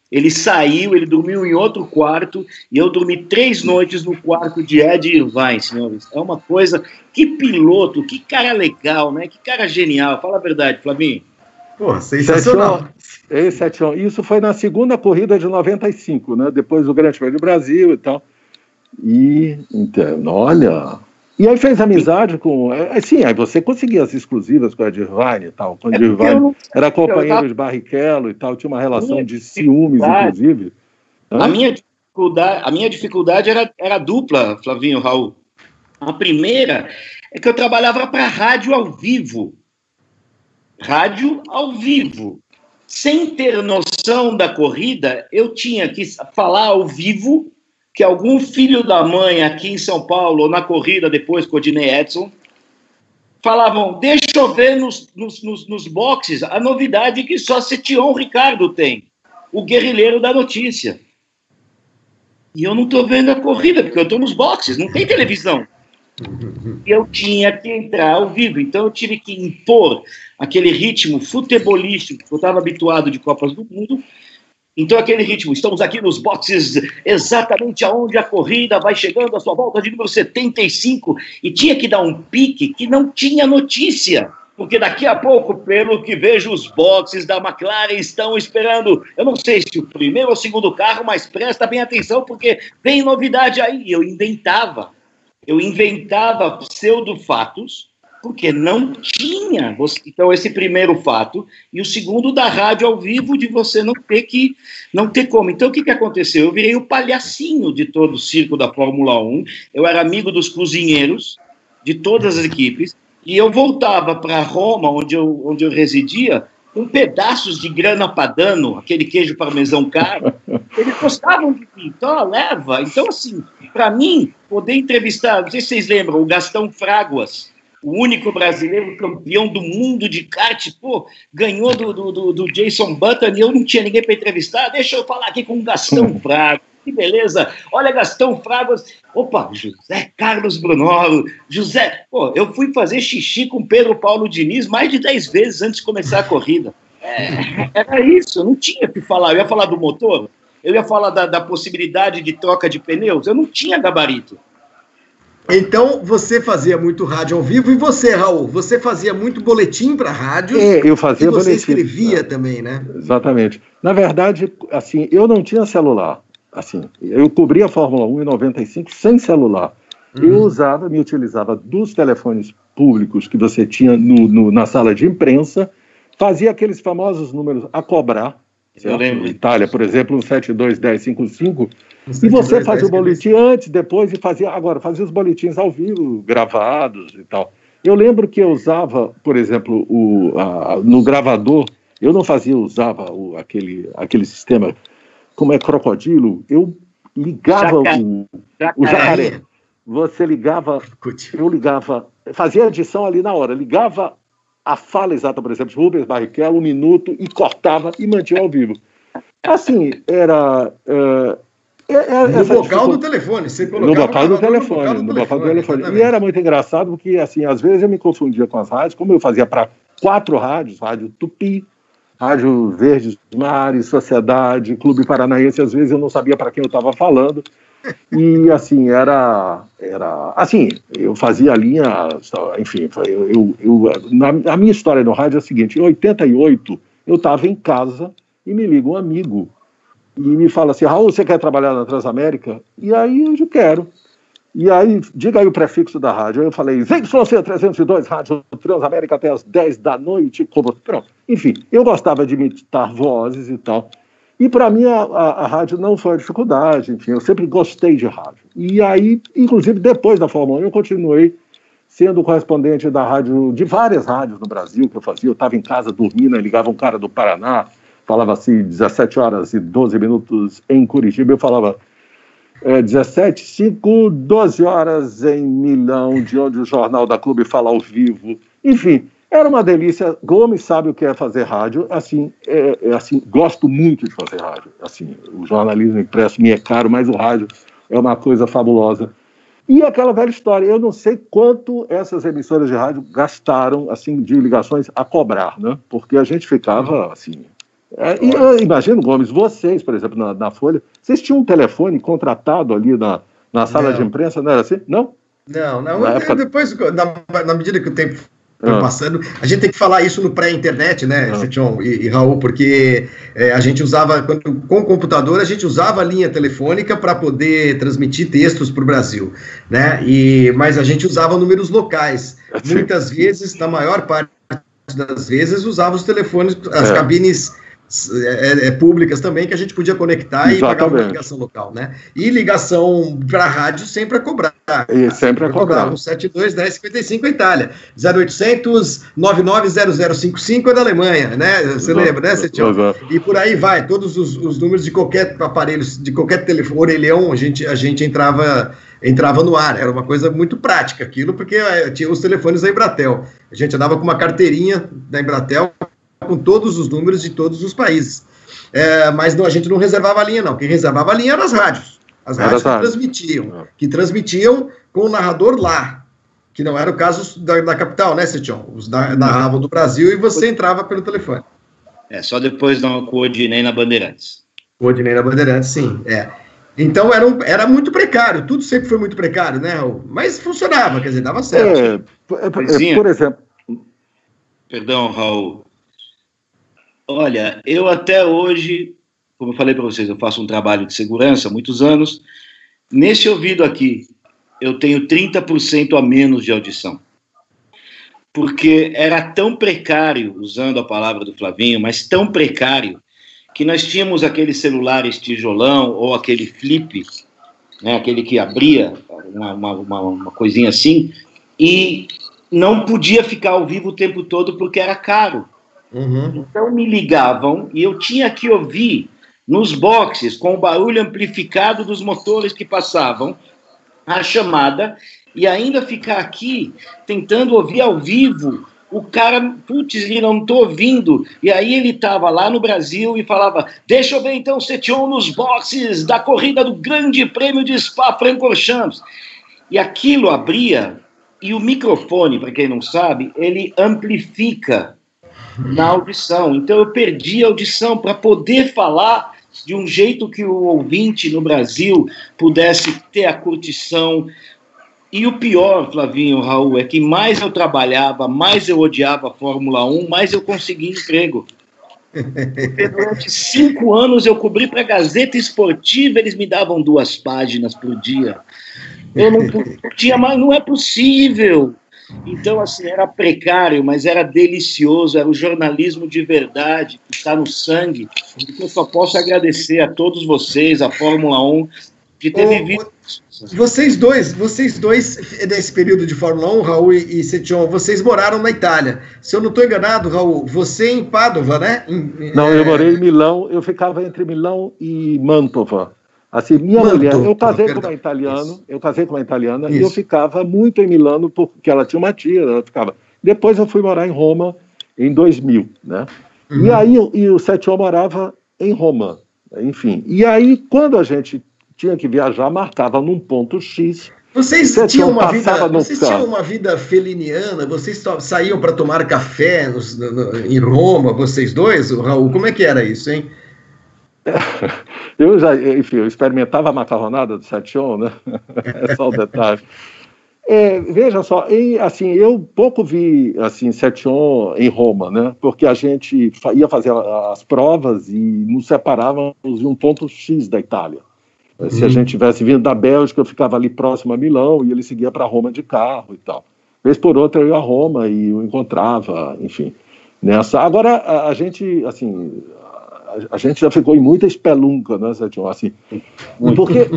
S3: Ele saiu, ele dormiu em outro quarto, e eu dormi 3 noites no quarto de Ed Irvine, senhores. É uma coisa, que piloto, que cara legal, né? Que cara genial. Fala a verdade, Flavinho.
S1: Pô, sensacional.
S2: Isso foi na segunda corrida de 95, né? Depois do Grande Prêmio do Brasil e tal. E, então, olha... E aí fez amizade com... Sim, aí você conseguia as exclusivas com a Ed Irvine e tal. Quando a Ed Irvine era companheiro de Barrichello e tal, tinha uma relação de ciúmes, inclusive.
S3: A minha dificuldade era dupla, Flavinho, Raul. A primeira é que eu trabalhava para rádio ao vivo. Rádio ao vivo. Sem ter noção da corrida, eu tinha que falar ao vivo que algum filho da mãe aqui em São Paulo, ou na corrida depois com o Odinei Edson, falavam, deixa eu ver nos boxes a novidade que só Setion Ricardo tem, o guerrilheiro da notícia. E eu não estou vendo a corrida, porque eu estou nos boxes, não tem televisão. E eu tinha que entrar ao vivo, então eu tive que impor aquele ritmo futebolístico que eu estava habituado de Copas do Mundo. Então aquele ritmo, estamos aqui nos boxes exatamente aonde a corrida vai chegando à sua volta de número 75, e tinha que dar um pique que não tinha notícia, porque daqui a pouco, pelo que vejo, os boxes da McLaren estão esperando, eu não sei se o primeiro ou o segundo carro, mas presta bem atenção, porque tem novidade aí. E eu inventava pseudo-fatos, porque não tinha. Então, esse primeiro fato, e o segundo da rádio ao vivo, de você não ter como. Então, o que aconteceu? Eu virei o palhacinho de todo o circo da Fórmula 1, eu era amigo dos cozinheiros, de todas as equipes, e eu voltava para Roma, onde eu residia, com pedaços de grana padano, aquele queijo parmesão caro. Eles gostavam de mim, então leva. Então, assim, para mim, poder entrevistar, não sei se vocês lembram, o Gastão Fraguas, o único brasileiro campeão do mundo de kart, pô, ganhou do Jason Button, e eu não tinha ninguém para entrevistar. Deixa eu falar aqui com o Gastão Fraguas. Que beleza. Olha, Gastão Fraguas. Opa, José Carlos Brunoro. José, pô, eu fui fazer xixi com Pedro Paulo Diniz mais de 10 vezes antes de começar a corrida. Era isso, eu não tinha o que falar. Eu ia falar do motor, eu ia falar da possibilidade de troca de pneus, eu não tinha gabarito.
S1: Então, você fazia muito rádio ao vivo, e você, Raul, você fazia muito boletim para rádio?
S2: Eu fazia boletim.
S1: E você escrevia também, né?
S2: Exatamente. Na verdade, assim, eu não tinha celular. Assim, eu cobria a Fórmula 1 em 95 sem celular. Eu me utilizava dos telefones públicos que você tinha na sala de imprensa, fazia aqueles famosos números a cobrar.
S3: Eu lembro.
S2: Itália, por exemplo, 721055, e você fazia o boletim antes, depois, e fazia os boletins ao vivo, gravados e tal. Eu lembro que eu usava, por exemplo, no gravador, eu não usava aquele sistema, como é crocodilo, eu ligava o jacaré. Você ligava, eu ligava, fazia a edição ali na hora, ligava a fala exata, por exemplo, de Rubens Barrichello, 1 minuto, e cortava e mantinha ao vivo. Assim, era...
S1: no vocal do telefone, você colocava
S2: no vocal do telefone. E era muito engraçado, porque, assim, às vezes eu me confundia com as rádios, como eu fazia para 4 rádios, Rádio Tupi, Rádio Verdes Mares, Sociedade, Clube Paranaense, às vezes eu não sabia para quem eu estava falando. E, assim, assim, eu fazia a linha, enfim, a minha história no rádio é a seguinte: em 88, eu estava em casa e me liga um amigo e me fala assim: Raul, você quer trabalhar na Transamérica? E aí eu quero. E aí, diga aí o prefixo da rádio. Eu falei, ZYC 302, Rádio Transamérica, até as 10 da noite. Pronto. Enfim, eu gostava de imitar vozes e tal. E para mim a rádio não foi uma dificuldade, enfim, eu sempre gostei de rádio. E aí, inclusive, depois da Fórmula 1, eu continuei sendo correspondente da rádio, de várias rádios no Brasil que eu fazia. Eu estava em casa dormindo, ligava um cara do Paraná, falava assim, 17 horas e 12 minutos em Curitiba, eu falava 17h05, 12 horas em Milão, de onde o Jornal da Clube fala ao vivo. Enfim, era uma delícia. Gomes sabe o que é fazer rádio. Assim, assim, gosto muito de fazer rádio. Assim, o jornalismo impresso me é caro, mas o rádio é uma coisa fabulosa. E aquela velha história, eu não sei quanto essas emissoras de rádio gastaram, assim, de ligações a cobrar, né? Porque a gente ficava, assim, E eu imagino, Gomes, vocês, por exemplo, na Folha, vocês tinham um telefone contratado ali na sala de imprensa, não era assim? Não?
S1: Não. Depois, na medida que o tempo foi passando, a gente tem que falar isso no pré-internet, né, Setion e Raul, porque a gente usava, com o computador, a gente usava a linha telefônica para poder transmitir textos para o Brasil, né, mas a gente usava números locais. Muitas vezes, na maior parte das vezes, usava os telefones, as cabines públicas também, que a gente podia conectar e pagar uma ligação local, né? E ligação para a rádio sempre a cobrar.
S2: E sempre a cobrar.
S1: 72-10-55 Itália. 0800 990055 é da Alemanha, né? Você lembra, né, Setion? E por aí vai, todos os números de qualquer aparelho, de qualquer telefone, orelhão, a gente entrava no ar. Era uma coisa muito prática aquilo, porque tinha os telefones da Embratel. A gente andava com uma carteirinha da Embratel com todos os números de todos os países. Mas a gente não reservava a linha, não. Quem reservava a linha eram as rádios. As rádios que transmitiam com o narrador lá, que não era o caso da capital, né, Setion? Os narravam do Brasil e você entrava pelo telefone.
S3: Só depois não coordinei na Bandeirantes.
S1: Coordinei na Bandeirantes, sim. Então era muito precário, tudo sempre foi muito precário, né, Raul? Mas funcionava, quer dizer, dava certo.
S2: Por exemplo...
S3: Perdão, Raul. Olha, eu até hoje, como eu falei para vocês, eu faço um trabalho de segurança há muitos anos. Nesse ouvido aqui, eu tenho 30% a menos de audição. Porque era tão precário, usando a palavra do Flavinho, mas tão precário, que nós tínhamos aqueles celulares tijolão ou aquele flip, né, aquele que abria, uma coisinha assim, e não podia ficar ao vivo o tempo todo porque era caro. Então me ligavam e eu tinha que ouvir nos boxes, com o barulho amplificado dos motores que passavam, a chamada, e ainda ficar aqui tentando ouvir ao vivo. O cara, putz, não estou ouvindo. E aí ele estava lá no Brasil e falava: deixa eu ver então o Setion nos boxes da corrida do Grande Prêmio de Spa-Francorchamps. E aquilo abria, e o microfone, para quem não sabe, ele amplifica na audição. Então eu perdi a audição para poder falar de um jeito que o ouvinte no Brasil pudesse ter a curtição. E o pior, Flavinho, Raul, é que mais eu trabalhava, mais eu odiava a Fórmula 1, mais eu conseguia emprego. Porque durante 5 anos eu cobri para a Gazeta Esportiva, eles me davam 2 páginas por dia. Eu não tinha mais, não é possível. Então, assim, era precário, mas era delicioso, era o jornalismo de verdade, que está no sangue. Eu só posso agradecer a todos vocês, a Fórmula 1, de ter vivido.
S1: Vocês dois, nesse período de Fórmula 1, Raul e Setion, vocês moraram na Itália. Se eu não estou enganado, Raul, você em Pádua, né?
S2: Não, eu morei em Milão, eu ficava entre Milão e Mantova. Assim, minha mulher, eu casei com uma italiana, e eu ficava muito em Milano, porque ela tinha uma tia, ela ficava. Depois eu fui morar em Roma em 2000, né? E aí o Setion morava em Roma, enfim. E aí, quando a gente tinha que viajar, marcava num ponto X.
S1: Vocês tinham uma vida feliniana? Vocês saíam para tomar café em Roma, vocês dois, Raul? Como é que era isso, hein?
S2: Eu experimentava a macarronada do Setion, né? É só o detalhe. Veja só, eu pouco vi assim, Setion em Roma, né? Porque a gente ia fazer as provas e nos separávamos em um ponto X da Itália. Se a gente tivesse vindo da Bélgica, eu ficava ali próximo a Milão e ele seguia para Roma de carro e tal. Vez por outra eu ia a Roma e o encontrava, enfim. Agora, a gente, assim, a gente já ficou em muita espelunca, né, Setion? Assim, porque,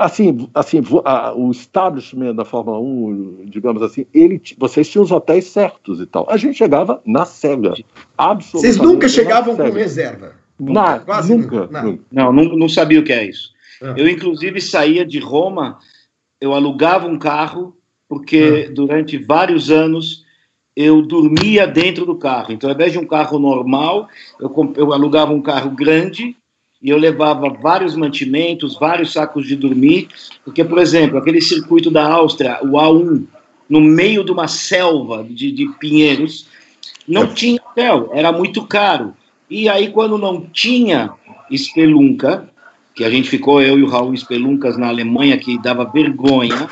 S2: o establishment da Fórmula 1, digamos assim, vocês tinham os hotéis certos e tal. A gente chegava na cega. Absolutamente.
S1: Vocês nunca chegavam com reserva?
S2: Quase nunca.
S3: Não sabia o que é isso. Eu, inclusive, saía de Roma, eu alugava um carro, porque durante vários anos eu dormia dentro do carro. Então, ao invés de um carro normal, eu alugava um carro grande e eu levava vários mantimentos, vários sacos de dormir, porque, por exemplo, aquele circuito da Áustria, o A1, no meio de uma selva de pinheiros, não tinha hotel, era muito caro. E aí, quando não tinha espelunca, que a gente ficou, eu e o Raul Espeluncas na Alemanha, que dava vergonha,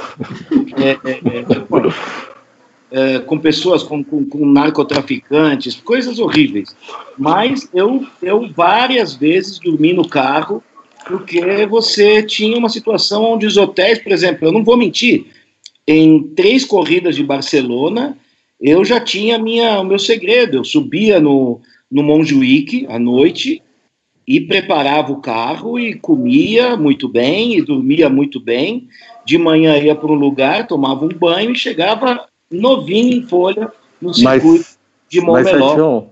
S3: com pessoas, com narcotraficantes, coisas horríveis. Mas eu várias vezes dormi no carro, porque você tinha uma situação onde os hotéis, por exemplo, eu não vou mentir, em 3 corridas de Barcelona, eu já tinha o meu segredo. Eu subia no Montjuïc à noite e preparava o carro e comia muito bem e dormia muito bem. De manhã ia para um lugar, tomava um banho e chegava novinho em folha no circuito de Montmeló.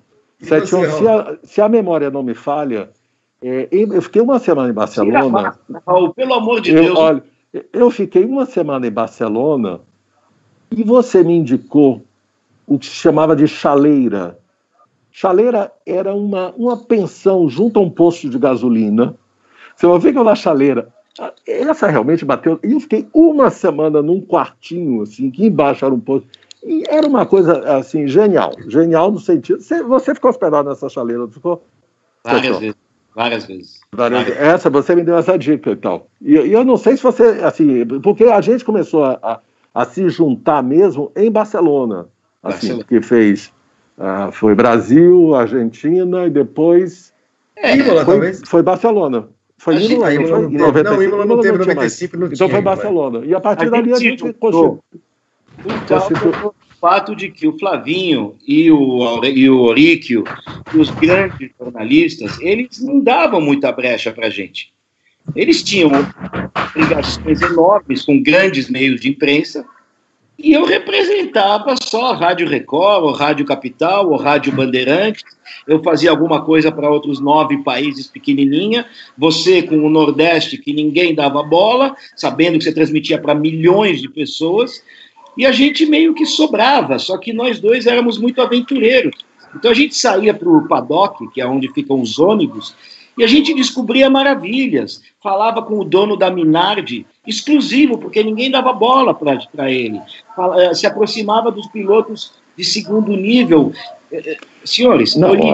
S2: Se a memória não me falha, eu fiquei uma semana em Barcelona.
S3: Raul, pelo amor de Deus.
S2: Olha, eu fiquei uma semana em Barcelona e você me indicou o que se chamava de chaleira. Chaleira era uma pensão junto a um posto de gasolina. Você vai ver que eu na chaleira, essa realmente bateu. E eu fiquei uma semana num quartinho, assim, que embaixo era um posto. E era uma coisa, assim, genial. Genial no sentido... Você ficou hospedado nessa chaleira, não ficou?
S3: Várias vezes.
S2: Você me deu essa dica e tal. E eu não sei se você, assim, porque a gente começou a se juntar mesmo em Barcelona. Assim, que fez... foi Brasil, Argentina e depois...
S1: Imola, talvez?
S2: Foi Barcelona. Foi Imola, não foi?
S1: Não, Imola não teve, 95 não tinha.
S2: Então foi Barcelona. E a partir dali a gente constituiu.
S3: O fato de que o Flavinho e o Oríquio, os grandes jornalistas, eles não davam muita brecha para a gente. Eles tinham ligações enormes com grandes meios de imprensa, e eu representava só a Rádio Record, ou Rádio Capital, ou Rádio Bandeirantes. Eu fazia alguma coisa para outros 9 países pequenininha. Você com o Nordeste, que ninguém dava bola, sabendo que você transmitia para milhões de pessoas. E a gente meio que sobrava, só que nós dois éramos muito aventureiros. Então a gente saía para o paddock, que é onde ficam os ônibus, e a gente descobria maravilhas. Falava com o dono da Minardi, exclusivo, porque ninguém dava bola para ele. Se aproximava dos pilotos de segundo nível. Senhores,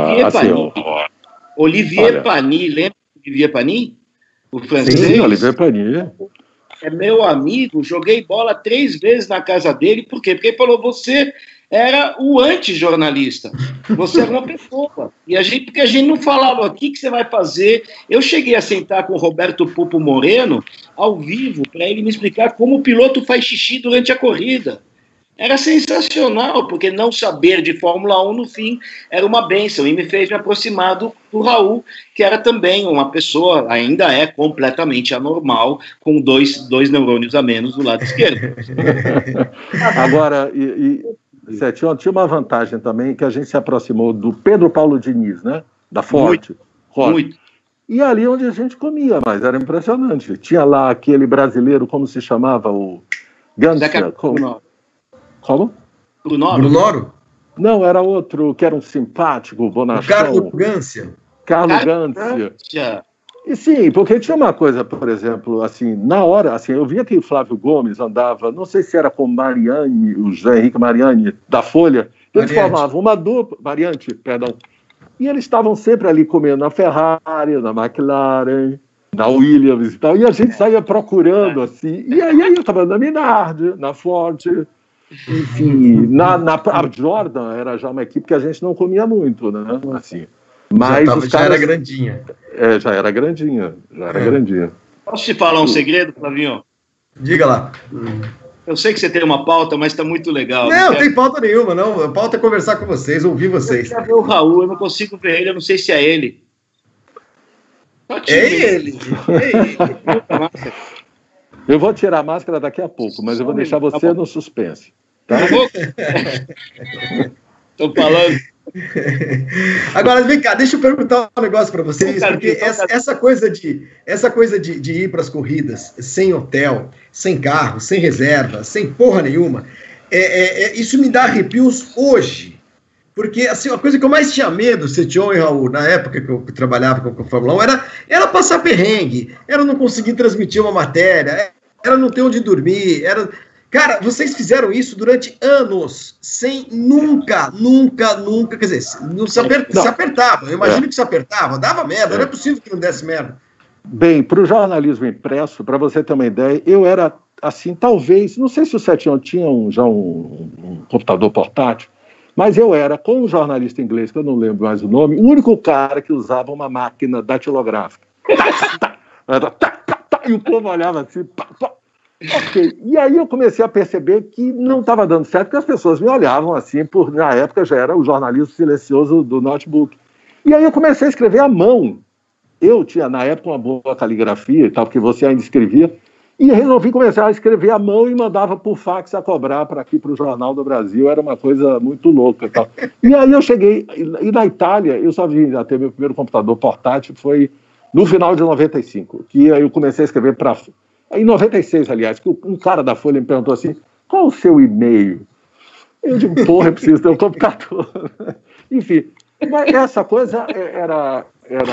S3: Olivier Panis, lembra de Olivier Panis? O francês?
S2: Sim, Olivier Panis.
S3: É meu amigo, joguei bola 3 vezes na casa dele. Por quê? Porque ele falou, você era o antijornalista. Você era uma pessoa. Porque a gente não falava, o que você vai fazer? Eu cheguei a sentar com o Roberto Pupo Moreno, ao vivo, para ele me explicar como o piloto faz xixi durante a corrida. Era sensacional, porque não saber de Fórmula 1, no fim, era uma bênção, e me fez me aproximar do Raul, que era também uma pessoa, ainda é completamente anormal, com dois neurônios a menos do lado esquerdo.
S2: Agora, tinha uma vantagem também, que a gente se aproximou do Pedro Paulo Diniz, né? Da Ford.
S3: Muito.
S2: E ali onde a gente comia, mas era impressionante. Tinha lá aquele brasileiro, como se chamava? O Gância. Como?
S1: Brunoro?
S2: Não, era outro que era um simpático, bonachão.
S1: Carlo Gância.
S2: Carlo Gância. E sim, porque tinha uma coisa, por exemplo, assim, na hora, assim, eu via que o Flávio Gomes andava, não sei se era com Mariani, o José Henrique Mariani, da Folha, eles formavam uma dupla, Mariante, perdão, e eles estavam sempre ali comendo na Ferrari, na McLaren, na Williams e tal, e a gente saía procurando, assim, e aí eu estava na Minardi, na Ford, enfim, a Jordan era já uma equipe que a gente não comia muito, né, assim. Mas
S1: já era grandinha.
S2: Já era grandinha.
S3: Posso te falar um segredo, Flavinho?
S1: Diga lá.
S3: Eu sei que você tem uma pauta, mas está muito legal.
S1: Não tem pauta nenhuma, não. A pauta é conversar com vocês, ouvir vocês.
S3: Eu quero ver o Raul, eu não consigo ver ele, eu não sei se é ele.
S1: Ele.
S2: Eu vou tirar a máscara daqui a pouco, mas eu vou deixar você no suspense. Tá?
S3: Estou falando.
S1: Agora, vem cá, deixa eu perguntar um negócio para vocês, porque essa coisa de ir para as corridas sem hotel, sem carro, sem reserva, sem porra nenhuma, isso me dá arrepios hoje. Porque, assim, a coisa que eu mais tinha medo, Setion e Raul, na época que eu trabalhava com a Fórmula 1, era passar perrengue, era não conseguir transmitir uma matéria, era não ter onde dormir, Cara, vocês fizeram isso durante anos, sem nunca, quer dizer, se apertava. Eu imagino que se apertava, dava merda, não é possível que não desse merda.
S2: Bem, para o jornalismo impresso, para você ter uma ideia, eu era assim, talvez, não sei se o 71 tinha já um computador portátil, mas eu era, com um jornalista inglês, que eu não lembro mais o nome, o único cara que usava uma máquina datilográfica. E o povo olhava assim, ok. E aí eu comecei a perceber que não estava dando certo, porque as pessoas me olhavam assim, na época já era o jornalismo silencioso do notebook. E aí eu comecei a escrever à mão. Eu tinha, na época, uma boa caligrafia e tal, porque você ainda escrevia, e resolvi começar a escrever à mão e mandava por fax a cobrar para aqui, para o Jornal do Brasil. Era uma coisa muito louca e tal. E aí eu cheguei, e na Itália, eu só vim a ter meu primeiro computador portátil, foi no final de 95, que aí eu comecei a escrever para... Em 96, aliás, que um cara da Folha me perguntou assim, qual o seu e-mail? Eu digo, porra, eu preciso ter um computador. Enfim, mas essa coisa era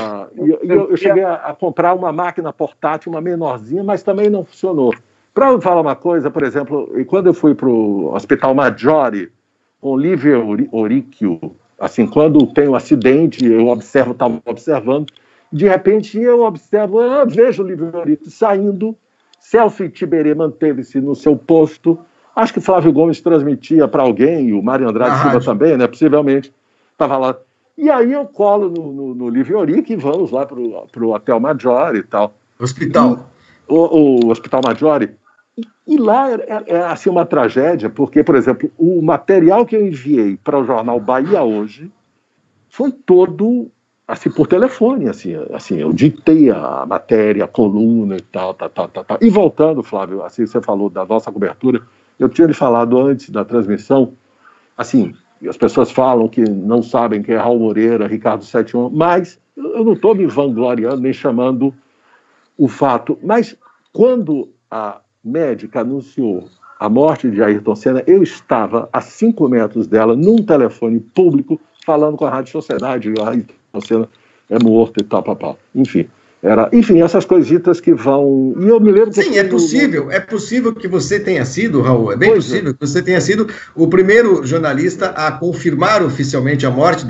S2: eu cheguei a comprar uma máquina portátil, uma menorzinha, mas também não funcionou. Para eu falar uma coisa, por exemplo, quando eu fui para o Hospital Maggiore, com Livio Oricchio, assim, quando tem um acidente, eu estava observando, de repente eu observo, vejo o Livio Oricchio saindo, Celso Tiberê manteve-se no seu posto, acho que Flávio Gomes transmitia para alguém, e o Mário Andrade Silva também, né, possivelmente, estava lá. E aí eu colo no Livio Oricchio e vamos lá para o Hotel Maggiore e tal.
S1: Hospital.
S2: O Hospital Maggiore. E lá é assim, uma tragédia, porque, por exemplo, o material que eu enviei para o jornal Bahia Hoje foi todo assim, por telefone. Assim, eu ditei a matéria, a coluna e tal. E voltando, Flávio, assim, você falou da nossa cobertura, eu tinha lhe falado antes da transmissão, assim... E as pessoas falam que não sabem quem é Raul Moreira, Ricardo 71, mas eu não estou me vangloriando nem chamando o fato. Mas quando a médica anunciou a morte de Ayrton Senna, eu estava a 5 metros dela, num telefone público, falando com a Rádio Sociedade, a Ayrton Senna é morto e tal, papá. Enfim. Essas coisitas que vão... E eu me lembro que...
S1: Sim, é possível que você tenha sido, Raul, é bem possível que você tenha sido o primeiro jornalista a confirmar oficialmente a morte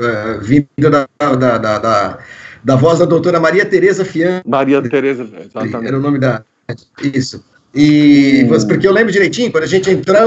S1: vinda da voz da doutora Maria Tereza Fian.
S2: Maria Tereza, exatamente.
S1: Era o nome da... Isso. Porque eu lembro direitinho, quando a gente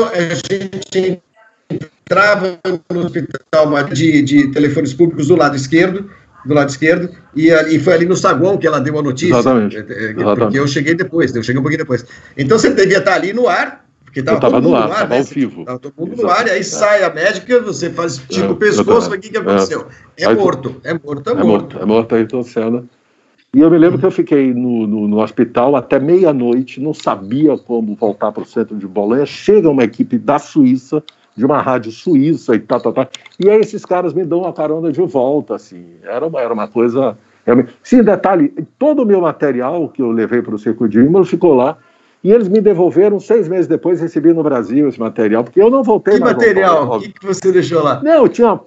S1: entrava no hospital de telefones públicos do lado esquerdo, e foi ali no saguão que ela deu a notícia.
S2: Exatamente.
S1: Porque eu cheguei um pouquinho depois. Então você devia estar ali no ar, porque estava todo mundo no ar,
S2: estava ao vivo.
S1: Estava todo mundo no ar, e aí sai a médica, você faz o pescoço, o que aconteceu? É morto
S2: Ayrton Senna. E eu me lembro que eu fiquei no hospital até meia-noite, não sabia como voltar para o centro de Bolonha. Chega uma equipe da Suíça, de uma rádio suíça e tal. E aí esses caras me dão uma carona de volta, assim. Era uma coisa... Sim, detalhe, todo o meu material que eu levei para o Circo de Imola ficou lá, e eles me devolveram 6 meses depois, recebi no Brasil esse material, porque eu não voltei
S1: mais. Que material? O que você deixou lá?
S2: Não, eu tinha uma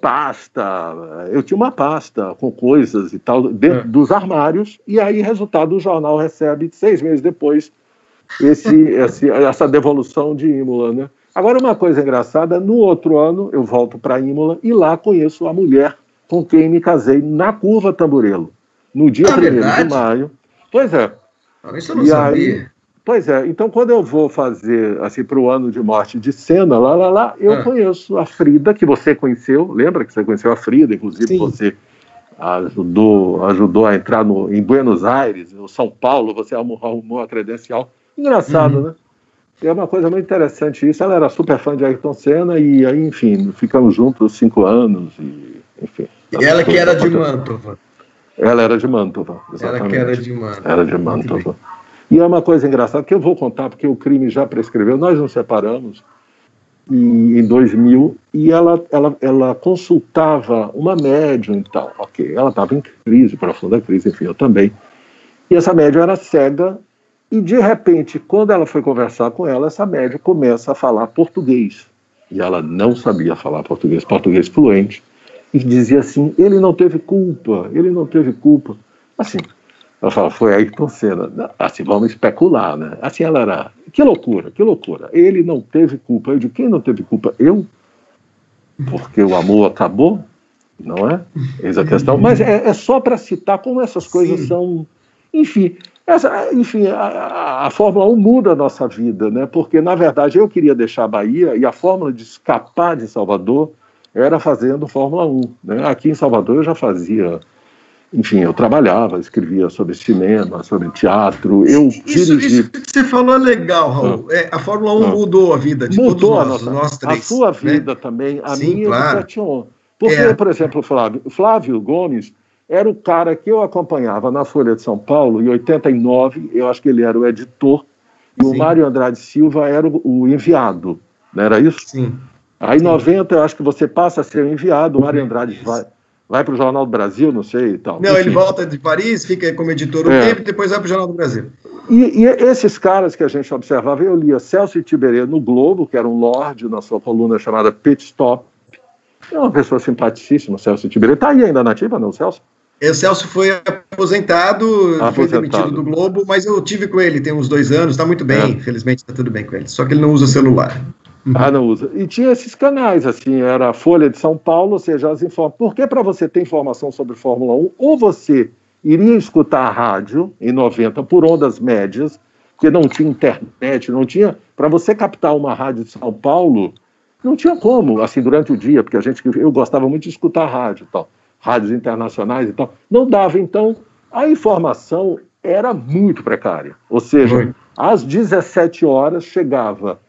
S2: pasta com coisas e tal, dentro dos armários, e aí, resultado, o jornal recebe 6 meses depois essa devolução de Imola, né? Agora, uma coisa engraçada, no outro ano eu volto para Imola e lá conheço a mulher com quem me casei na Curva Tamburello, no dia 1º de maio. Pois é.
S1: Isso eu não sabia.
S2: Pois é, então quando eu vou fazer, assim, para o ano de morte de Senna, eu conheço a Frida, que você conheceu, lembra que você conheceu a Frida, inclusive. Sim. Você ajudou a entrar em Buenos Aires, no São Paulo, você arrumou a credencial. Engraçado, né? É uma coisa muito interessante isso. Ela era super fã de Ayrton Senna e aí, enfim, ficamos juntos 5 anos e, enfim.
S1: E ela que era de Mantova.
S2: Ela era de Mantova, exatamente.
S1: Ela que era de Mantova.
S2: Era de Mantova. E é uma coisa engraçada que eu vou contar, porque o crime já prescreveu. Nós nos separamos em 2000 e ela consultava uma médium e tal. Ok, ela estava em crise, profunda crise, enfim, eu também. E essa médium era cega. E, de repente, quando ela foi conversar com ela, essa médium começa a falar português. E ela não sabia falar português fluente. E dizia assim, ele não teve culpa. Assim, Eu falo, foi Ayrton Senna. Assim, vamos especular, né? Assim, ela era... Que loucura, que loucura. Ele não teve culpa. Eu digo, quem não teve culpa? Eu? Porque o amor acabou, não é? Eis a questão. Mas é só para citar como essas coisas são... Enfim, a Fórmula 1 muda a nossa vida, né? Porque, na verdade, eu queria deixar a Bahia e a fórmula de escapar de Salvador era fazendo Fórmula 1. Né? Aqui em Salvador eu já fazia... Enfim, eu trabalhava, escrevia sobre cinema, sobre teatro, eu dirigi...
S1: Isso que você falou é legal, Raul. A Fórmula 1 mudou a vida de todos nós três.
S2: A sua vida, né? Também, a minha claro. E do Cation. Porque, por exemplo, Flávio Gomes era o cara que eu acompanhava na Folha de São Paulo, em 89, eu acho que ele era o editor, e o Mário Andrade Silva era o enviado, não era isso?
S1: Sim.
S2: Aí em 90, eu acho que você passa a ser o enviado, o Mário Andrade vai para o Jornal do Brasil, não sei e tal.
S1: Não, enfim. Ele volta de Paris, fica como editor um tempo, e depois vai para o Jornal do Brasil.
S2: E esses caras que a gente observava, eu lia Celso Tiberê no Globo, que era um lorde na sua coluna chamada Pit Stop. É uma pessoa simpaticíssima, Celso Tiberê. Está aí ainda nativa, não, Celso?
S1: O Celso foi aposentado, foi demitido do Globo, mas eu tive com ele tem uns 2 anos, está muito bem, infelizmente está tudo bem com ele, só que ele não usa celular.
S2: Não usa. E tinha esses canais, assim, era a Folha de São Paulo, ou seja, as informações. Porque para você ter informação sobre Fórmula 1, ou você iria escutar a rádio em 90 por ondas médias, porque não tinha internet, não tinha... Para você captar uma rádio de São Paulo, não tinha como, assim, durante o dia, porque eu gostava muito de escutar a rádio e tal, rádios internacionais e tal. Não dava, então, a informação era muito precária. Ou seja, às 17 horas chegava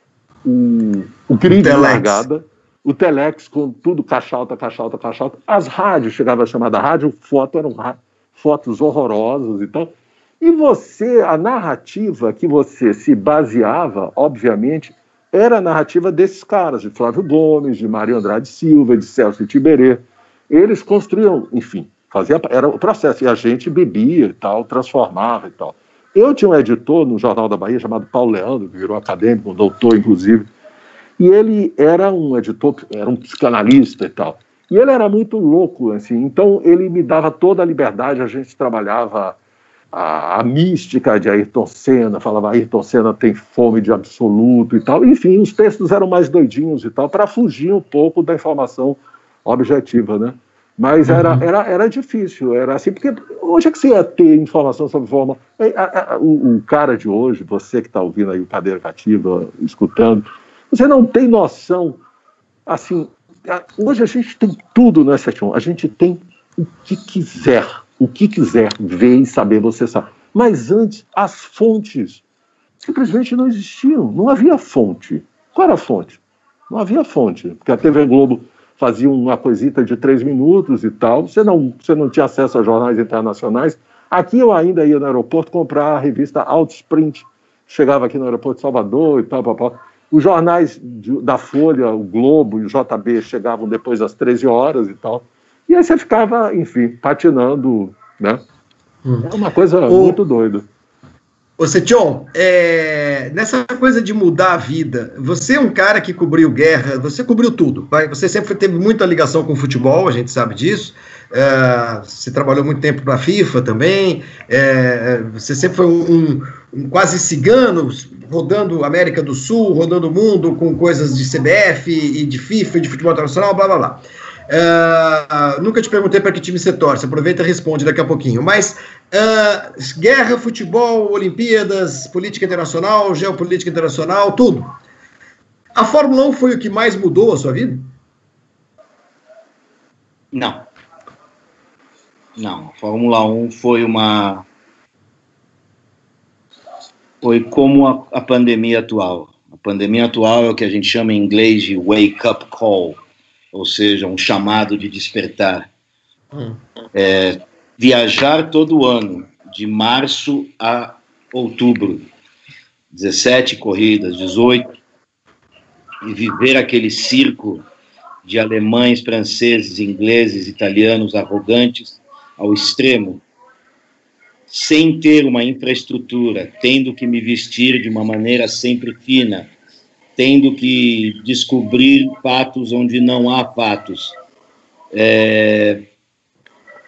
S2: o grid de largada, o telex com tudo caixa alta. As rádios, chegava a chamada rádio, eram fotos horrorosas e tal. E a narrativa que você se baseava, obviamente, era a narrativa desses caras, de Flávio Gomes, de Mário Andrade Silva, de Celso Tiberê. Eles construíam, enfim, era o processo, e a gente bebia e tal, transformava e tal. Eu tinha um editor no Jornal da Bahia chamado Paulo Leandro, que virou acadêmico, um doutor, inclusive, e ele era um editor, era um psicanalista e tal. E ele era muito louco, assim, então ele me dava toda a liberdade, a gente trabalhava a mística de Ayrton Senna, falava Ayrton Senna tem fome de absoluto e tal. Enfim, os textos eram mais doidinhos e tal, para fugir um pouco da informação objetiva, né? Mas era difícil, era assim, porque onde é que você ia ter informação sobre Fórmula 1? O cara de hoje, você que está ouvindo aí o Cadeira Cativa, escutando, você não tem noção, assim, hoje a gente tem tudo no S71, a gente tem o que quiser ver e saber, você sabe. Mas antes, as fontes simplesmente não existiam, não havia fonte. Qual era a fonte? Não havia fonte, porque a TV Globo fazia uma coisita de 3 minutos e tal, você não tinha acesso a jornais internacionais. Aqui eu ainda ia no aeroporto comprar a revista Outsprint, chegava aqui no aeroporto de Salvador e tal. Os jornais da Folha, o Globo e o JB chegavam depois das 13 horas e tal. E aí você ficava, enfim, patinando, né? É uma coisa muito doida.
S1: Ô, Setion, nessa coisa de mudar a vida, você é um cara que cobriu guerra, você cobriu tudo, você sempre teve muita ligação com o futebol, a gente sabe disso, você trabalhou muito tempo na FIFA também, você sempre foi um quase cigano, rodando América do Sul, rodando o mundo com coisas de CBF e de FIFA e de futebol internacional, blá, blá, blá. Nunca te perguntei para que time você torce, aproveita e responde daqui a pouquinho, mas guerra, futebol, Olimpíadas, política internacional, geopolítica internacional, tudo. A Fórmula 1 foi o que mais mudou a sua vida?
S3: Não, a Fórmula 1 foi como a pandemia atual. A pandemia atual é o que a gente chama em inglês de wake up call, ou seja, um chamado de despertar. Viajar todo ano, de março a outubro, 17 corridas, 18, e viver aquele circo de alemães, franceses, ingleses, italianos arrogantes ao extremo, sem ter uma infraestrutura, tendo que me vestir de uma maneira sempre fina, tendo que descobrir fatos onde não há fatos.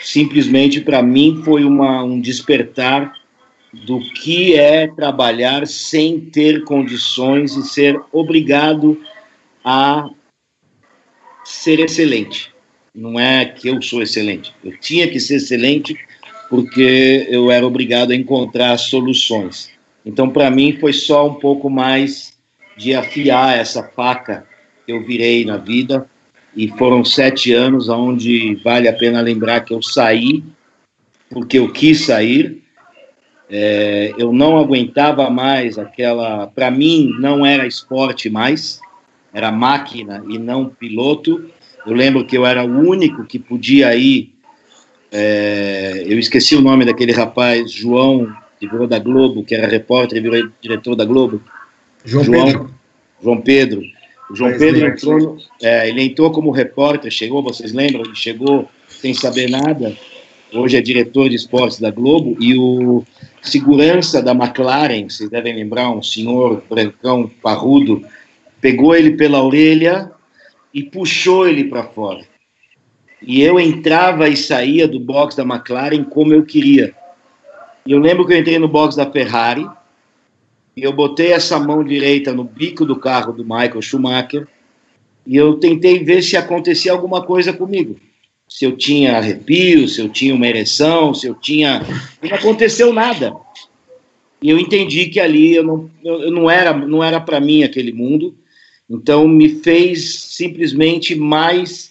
S3: simplesmente para mim foi um despertar do que é trabalhar sem ter condições e ser obrigado a ser excelente. Não é que eu sou excelente, eu tinha que ser excelente porque eu era obrigado a encontrar soluções. Então, para mim, foi só um pouco mais de afiar essa faca que eu virei na vida, e foram 7 anos onde vale a pena lembrar que eu saí porque eu quis sair. Eu não aguentava mais para mim não era esporte mais, era máquina e não piloto. Eu lembro que eu era o único que podia ir, eu esqueci o nome daquele rapaz, João, que virou da Globo, que era repórter e virou diretor da Globo. João Pedro. O João Pedro entrou, ele entrou como repórter, vocês lembram? Ele chegou sem saber nada, hoje é diretor de esportes da Globo, e o segurança da McLaren, vocês devem lembrar, um senhor brancão, parrudo, pegou ele pela orelha e puxou ele para fora. E eu entrava e saía do box da McLaren como eu queria. E eu lembro que eu entrei no box da Ferrari, e eu botei essa mão direita no bico do carro do Michael Schumacher, e eu tentei ver se acontecia alguma coisa comigo. Se eu tinha arrepio, se eu tinha uma ereção, se eu tinha... Não aconteceu nada. E eu entendi que ali eu não era para mim aquele mundo, então me fez simplesmente mais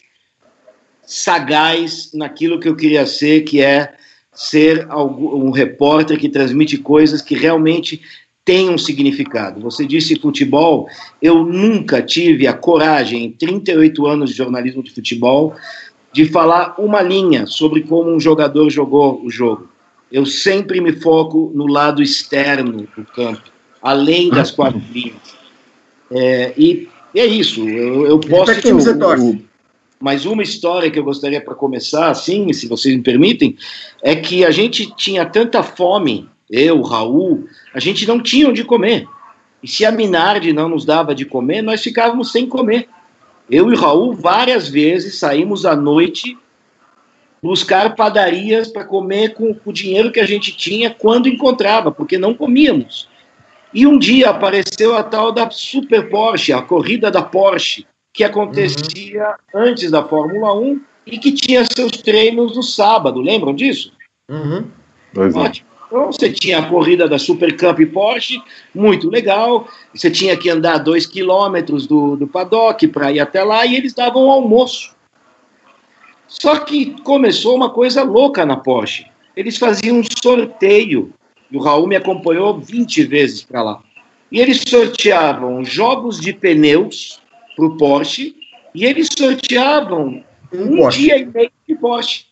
S3: sagaz naquilo que eu queria ser, que é ser um repórter que transmite coisas que realmente têm um significado. Você disse futebol, eu nunca tive a coragem, em 38 anos de jornalismo de futebol, de falar uma linha sobre como um jogador jogou o jogo. Eu sempre me foco no lado externo do campo, além das 4 linhas. E é isso, eu posso...
S1: Que você torce?
S3: Mas uma história que eu gostaria para começar, assim, se vocês me permitem, é que a gente tinha tanta fome, eu, o Raul, a gente não tinha onde comer. E se a Minardi não nos dava de comer, nós ficávamos sem comer. Eu e o Raul, várias vezes, saímos à noite buscar padarias para comer com o dinheiro que a gente tinha quando encontrava, porque não comíamos. E um dia apareceu a tal da Super Porsche, a corrida da Porsche, que acontecia antes da Fórmula 1 e que tinha seus treinos no sábado. Lembram disso? Ótimo. Então, você tinha a corrida da Super Cup Porsche, muito legal. Você tinha que andar 2 quilômetros do paddock para ir até lá, e eles davam almoço. Só que começou uma coisa louca na Porsche. Eles faziam um sorteio, e o Raul me acompanhou 20 vezes para lá. E eles sorteavam jogos de pneus para o Porsche, e eles sorteavam um dia e meio de Porsche.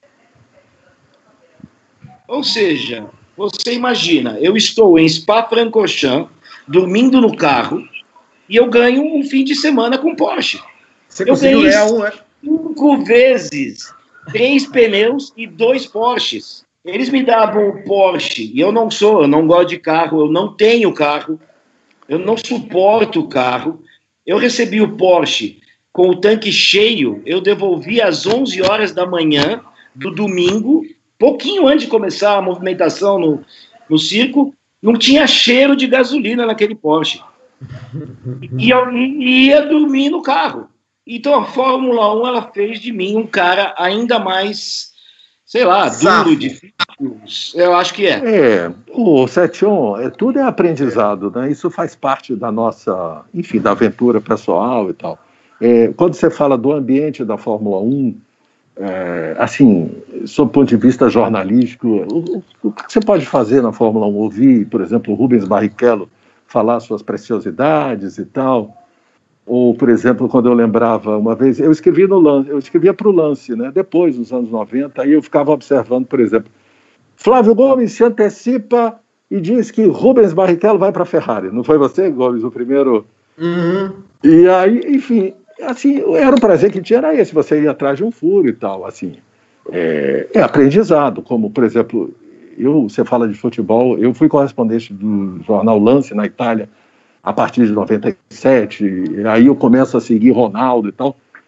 S3: Ou seja, você imagina, eu estou em Spa-Francorchamps, dormindo no carro, e eu ganho um fim de semana com Porsche.
S1: Você conseguiu ganhar
S3: 5 vezes 3 pneus e 2 Porsches. Eles me davam o Porsche, e eu não gosto de carro, eu não tenho carro, eu não suporto o carro. Eu recebi o Porsche com o tanque cheio, eu devolvi às 11 horas da manhã do domingo, pouquinho antes de começar a movimentação no circo, não tinha cheiro de gasolina naquele Porsche. E eu ia dormir no carro. Então a Fórmula 1, ela fez de mim um cara ainda mais, sei lá, duro, difícil. Eu acho que é.
S2: O Setion, tudo é aprendizado, né? Isso faz parte da nossa, enfim, da aventura pessoal e tal. Quando você fala do ambiente da Fórmula 1, assim, sob o ponto de vista jornalístico, o que você pode fazer na Fórmula 1? Ouvir, por exemplo, o Rubens Barrichello falar suas preciosidades e tal. Ou, por exemplo, quando eu lembrava uma vez, eu escrevia para o Lance, né? Depois dos anos 90, aí eu ficava observando, por exemplo, Flávio Gomes se antecipa e diz que Rubens Barrichello vai para a Ferrari. Não foi você, Gomes, o primeiro? E aí, enfim, assim, era um prazer que tinha, era esse, você ia atrás de um furo e tal, assim. É aprendizado, como, por exemplo, você fala de futebol, eu fui correspondente do jornal Lance na Itália a partir de 97, aí eu começo a seguir Ronaldo e tal.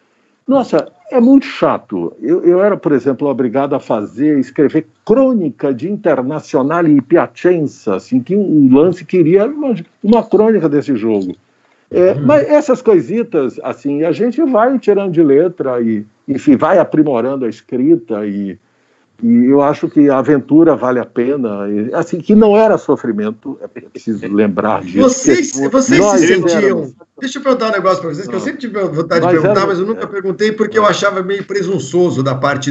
S2: Nossa, é muito chato. Eu era, por exemplo, obrigado a escrever crônica de Internacional e Piacenza, assim, que o Lance queria uma crônica desse jogo. Mas essas coisitas, assim, a gente vai tirando de letra e, enfim, vai aprimorando a escrita e eu acho que a aventura vale a pena, assim, que não era sofrimento, é preciso lembrar disso.
S1: Vocês se sentiam... Deixa eu perguntar um negócio para vocês, que eu sempre tive vontade de perguntar, mas eu nunca perguntei, porque eu achava meio presunçoso da parte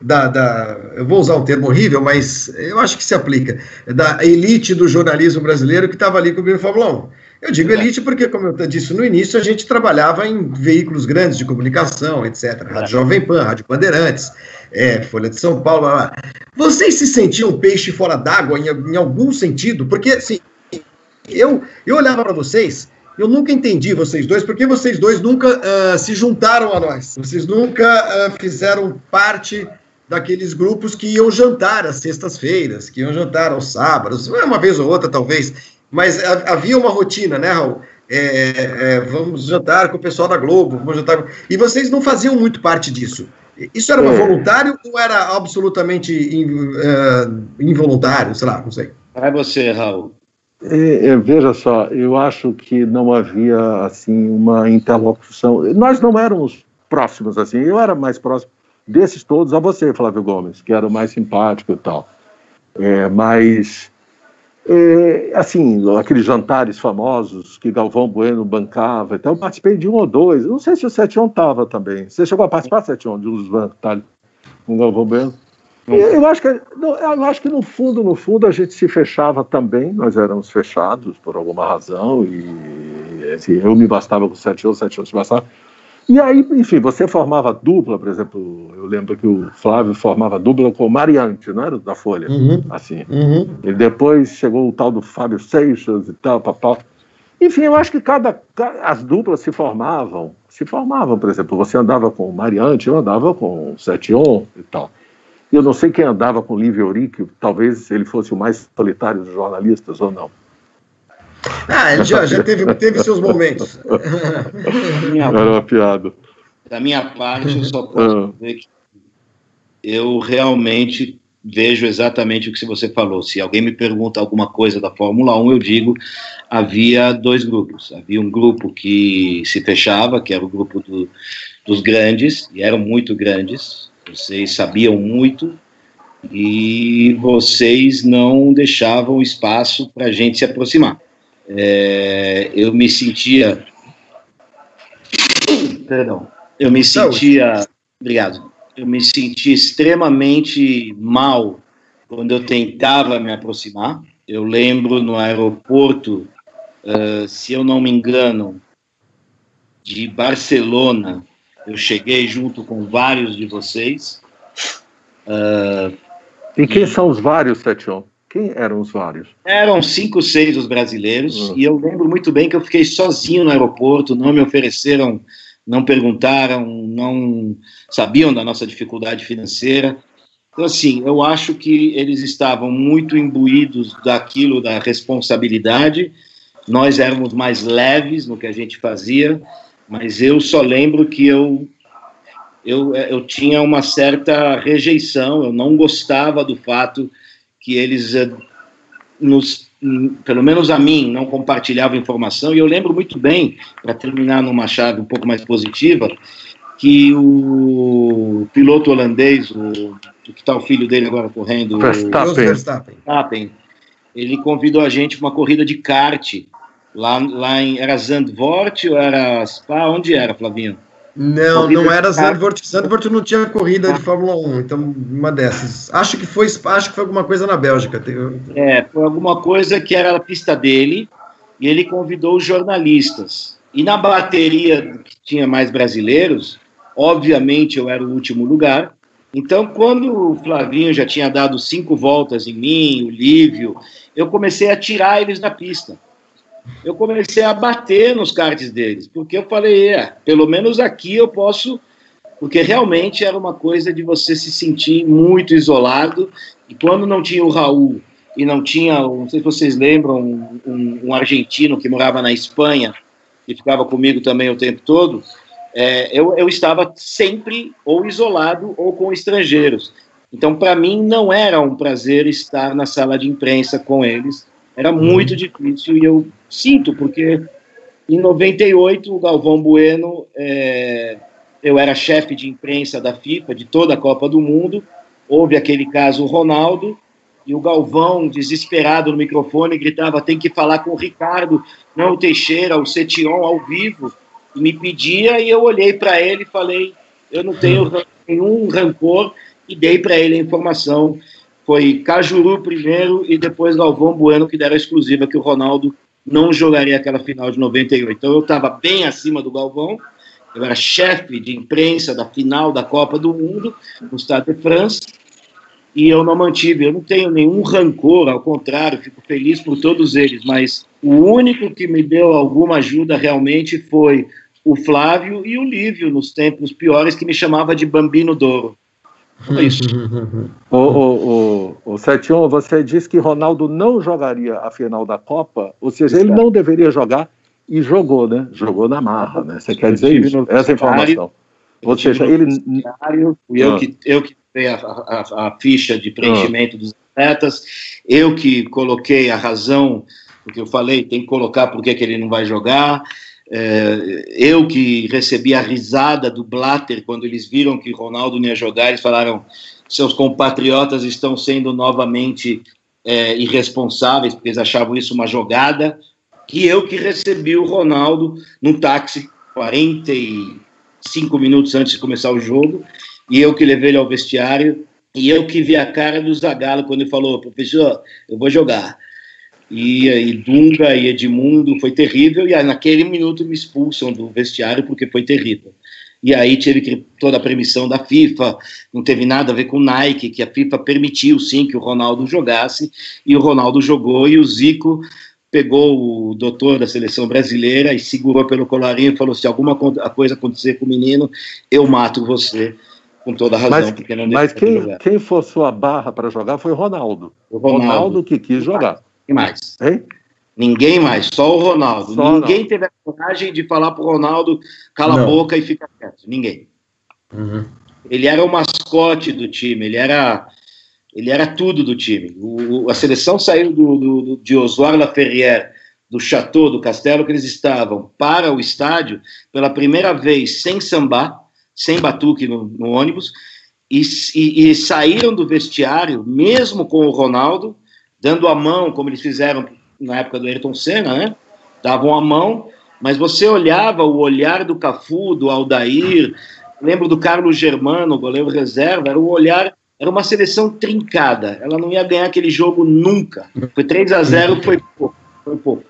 S1: eu vou usar um termo horrível, mas eu acho que se aplica, da elite do jornalismo brasileiro que estava ali cobrindo a Fórmula 1. Eu digo elite porque, como eu disse no início, a gente trabalhava em veículos grandes de comunicação, etc. Rádio Jovem Pan, Rádio Bandeirantes, Folha de São Paulo, blá, blá. Vocês se sentiam peixe fora d'água em algum sentido? Porque, assim, eu olhava para vocês, eu nunca entendi vocês dois, porque vocês dois nunca se juntaram a nós. Vocês nunca fizeram parte daqueles grupos que iam jantar às sextas-feiras, que iam jantar aos sábados, uma vez ou outra, talvez. Mas havia uma rotina, né, Raul? Vamos jantar com o pessoal da Globo, vamos jantar... E vocês não faziam muito parte disso. Isso era voluntário ou era absolutamente involuntário? Sei lá, não sei.
S3: Vai você, Raul.
S2: Veja só, eu acho que não havia, assim, uma interlocução. Nós não éramos próximos, assim. Eu era mais próximo desses todos a você, Flávio Gomes, que era o mais simpático e tal. Mas... assim, aqueles jantares famosos que Galvão Bueno bancava, então eu participei de um ou dois, não sei se o 71 estava também. Você chegou a participar, 71, de uns jantares com Galvão Bueno? Eu acho que no fundo a gente se fechava também, nós éramos fechados por alguma razão, e assim, eu me bastava com o 71 se bastava. E aí, enfim, você formava dupla, por exemplo, eu lembro que o Flávio formava dupla com o Mariante, não era da Folha, assim. E depois chegou o tal do Fábio Seixas e tal, papá. Enfim, eu acho que as duplas se formavam, por exemplo, você andava com o Mariante, eu andava com o 71 e tal. Eu não sei quem andava com o Lívio Eurico, talvez ele fosse o mais solitário dos jornalistas ou não.
S1: Ele já teve seus momentos.
S2: Era uma piada.
S3: Da minha parte, eu só posso dizer que eu realmente vejo exatamente o que você falou. Se alguém me pergunta alguma coisa da Fórmula 1, eu digo, havia dois grupos. Havia um grupo que se fechava, que era o grupo dos grandes, e eram muito grandes, vocês sabiam muito, e vocês não deixavam espaço para a gente se aproximar. Eu me sentia extremamente mal quando eu tentava me aproximar. Eu lembro no aeroporto, se eu não me engano, de Barcelona, eu cheguei junto com vários de vocês.
S2: E quem são os vários, 71? Quem eram os vários?
S3: Eram 5, 6 os brasileiros, e eu lembro muito bem que eu fiquei sozinho no aeroporto, não me ofereceram, não perguntaram, não sabiam da nossa dificuldade financeira. Então, assim, eu acho que eles estavam muito imbuídos daquilo, da responsabilidade, nós éramos mais leves no que a gente fazia, mas eu só lembro que eu tinha uma certa rejeição, eu não gostava do fato que eles, pelo menos a mim, não compartilhavam informação, e eu lembro muito bem, para terminar numa chave um pouco mais positiva, que o piloto holandês, que está o filho dele agora correndo,
S1: Verstappen,
S3: ele convidou a gente para uma corrida de kart, lá era Zandvoort ou era Spa? Onde era, Flavinho?
S1: Não era Zandvoort. Zandvoort não tinha corrida de Fórmula 1, então uma dessas. Acho que foi alguma coisa na Bélgica.
S3: Foi alguma coisa que era a pista dele, e ele convidou os jornalistas. E na bateria que tinha mais brasileiros, obviamente eu era o último lugar. Então, quando o Flavinho já tinha dado 5 voltas em mim, o Lívio, eu comecei a tirar eles da pista. Eu comecei a bater nos karts deles, porque eu falei, pelo menos aqui eu posso, porque realmente era uma coisa de você se sentir muito isolado, e quando não tinha o Raul, e não tinha, não sei se vocês lembram, um argentino que morava na Espanha, que ficava comigo também o tempo todo, eu estava sempre ou isolado ou com estrangeiros. Então, para mim, não era um prazer estar na sala de imprensa com eles. Era muito difícil e eu sinto, porque em 98, o Galvão Bueno, eu era chefe de imprensa da FIFA, de toda a Copa do Mundo. Houve aquele caso Ronaldo, e o Galvão, desesperado no microfone, gritava: tem que falar com o Ricardo, não o Teixeira, o Setion, ao vivo. E me pedia, e eu olhei para ele e falei: eu não tenho nenhum rancor, e dei para ele a informação. Foi Cajuru primeiro e depois Galvão Bueno que deram a exclusiva que o Ronaldo não jogaria aquela final de 98. Então eu estava bem acima do Galvão, eu era chefe de imprensa da final da Copa do Mundo, no Stade de France, e eu não mantive, eu não tenho nenhum rancor, ao contrário, fico feliz por todos eles, mas o único que me deu alguma ajuda realmente foi o Flávio e o Lívio, nos tempos piores, que me chamava de Bambino d'Oro. É isso.
S2: O Setion, você disse que Ronaldo não jogaria a final da Copa, ou seja, ele não deveria jogar, e jogou, né? Jogou na marra, né? Você quer dizer isso? Essa informação. Ou seja, ele...
S3: Eu que dei a ficha de preenchimento dos atletas, eu que coloquei a razão, porque eu falei, tem que colocar por que ele não vai jogar, eu que recebi a risada do Blatter quando eles viram que Ronaldo não ia jogar, eles falaram: seus compatriotas estão sendo novamente irresponsáveis, porque eles achavam isso uma jogada. E eu que recebi o Ronaldo num táxi 45 minutos antes de começar o jogo, e eu que levei ele ao vestiário, e eu que vi a cara do Zagallo quando ele falou: professor, eu vou jogar. E Dunga e Edmundo, foi terrível, e aí, naquele minuto me expulsam do vestiário porque foi terrível. E aí teve toda a permissão da FIFA, não teve nada a ver com Nike, que a FIFA permitiu sim que o Ronaldo jogasse, e o Ronaldo jogou, e o Zico pegou o doutor da seleção brasileira e segurou pelo colarinho e falou: se alguma coisa acontecer com o menino, eu mato você, com toda a razão.
S2: Mas quem forçou a barra para jogar foi o Ronaldo. O Ronaldo que quis jogar.
S3: Ninguém mais.
S2: Hein?
S3: Ninguém mais, só o Ronaldo. Ninguém teve a coragem de falar pro Ronaldo: cala a boca e fica quieto. Ninguém. Ele era o mascote do time, ele era tudo do time. A seleção saiu de Oswald Laferrière, do Chateau, do castelo que eles estavam, para o estádio, pela primeira vez, sem sambar, sem batuque no ônibus, e saíram do vestiário, mesmo com o Ronaldo, dando a mão, como eles fizeram na época do Ayrton Senna, né? Davam a mão, mas você olhava o olhar do Cafu, do Aldair, lembro do Carlos Germano, goleiro reserva, era o olhar, era uma seleção trincada, ela não ia ganhar aquele jogo nunca. Foi 3-0, foi pouco.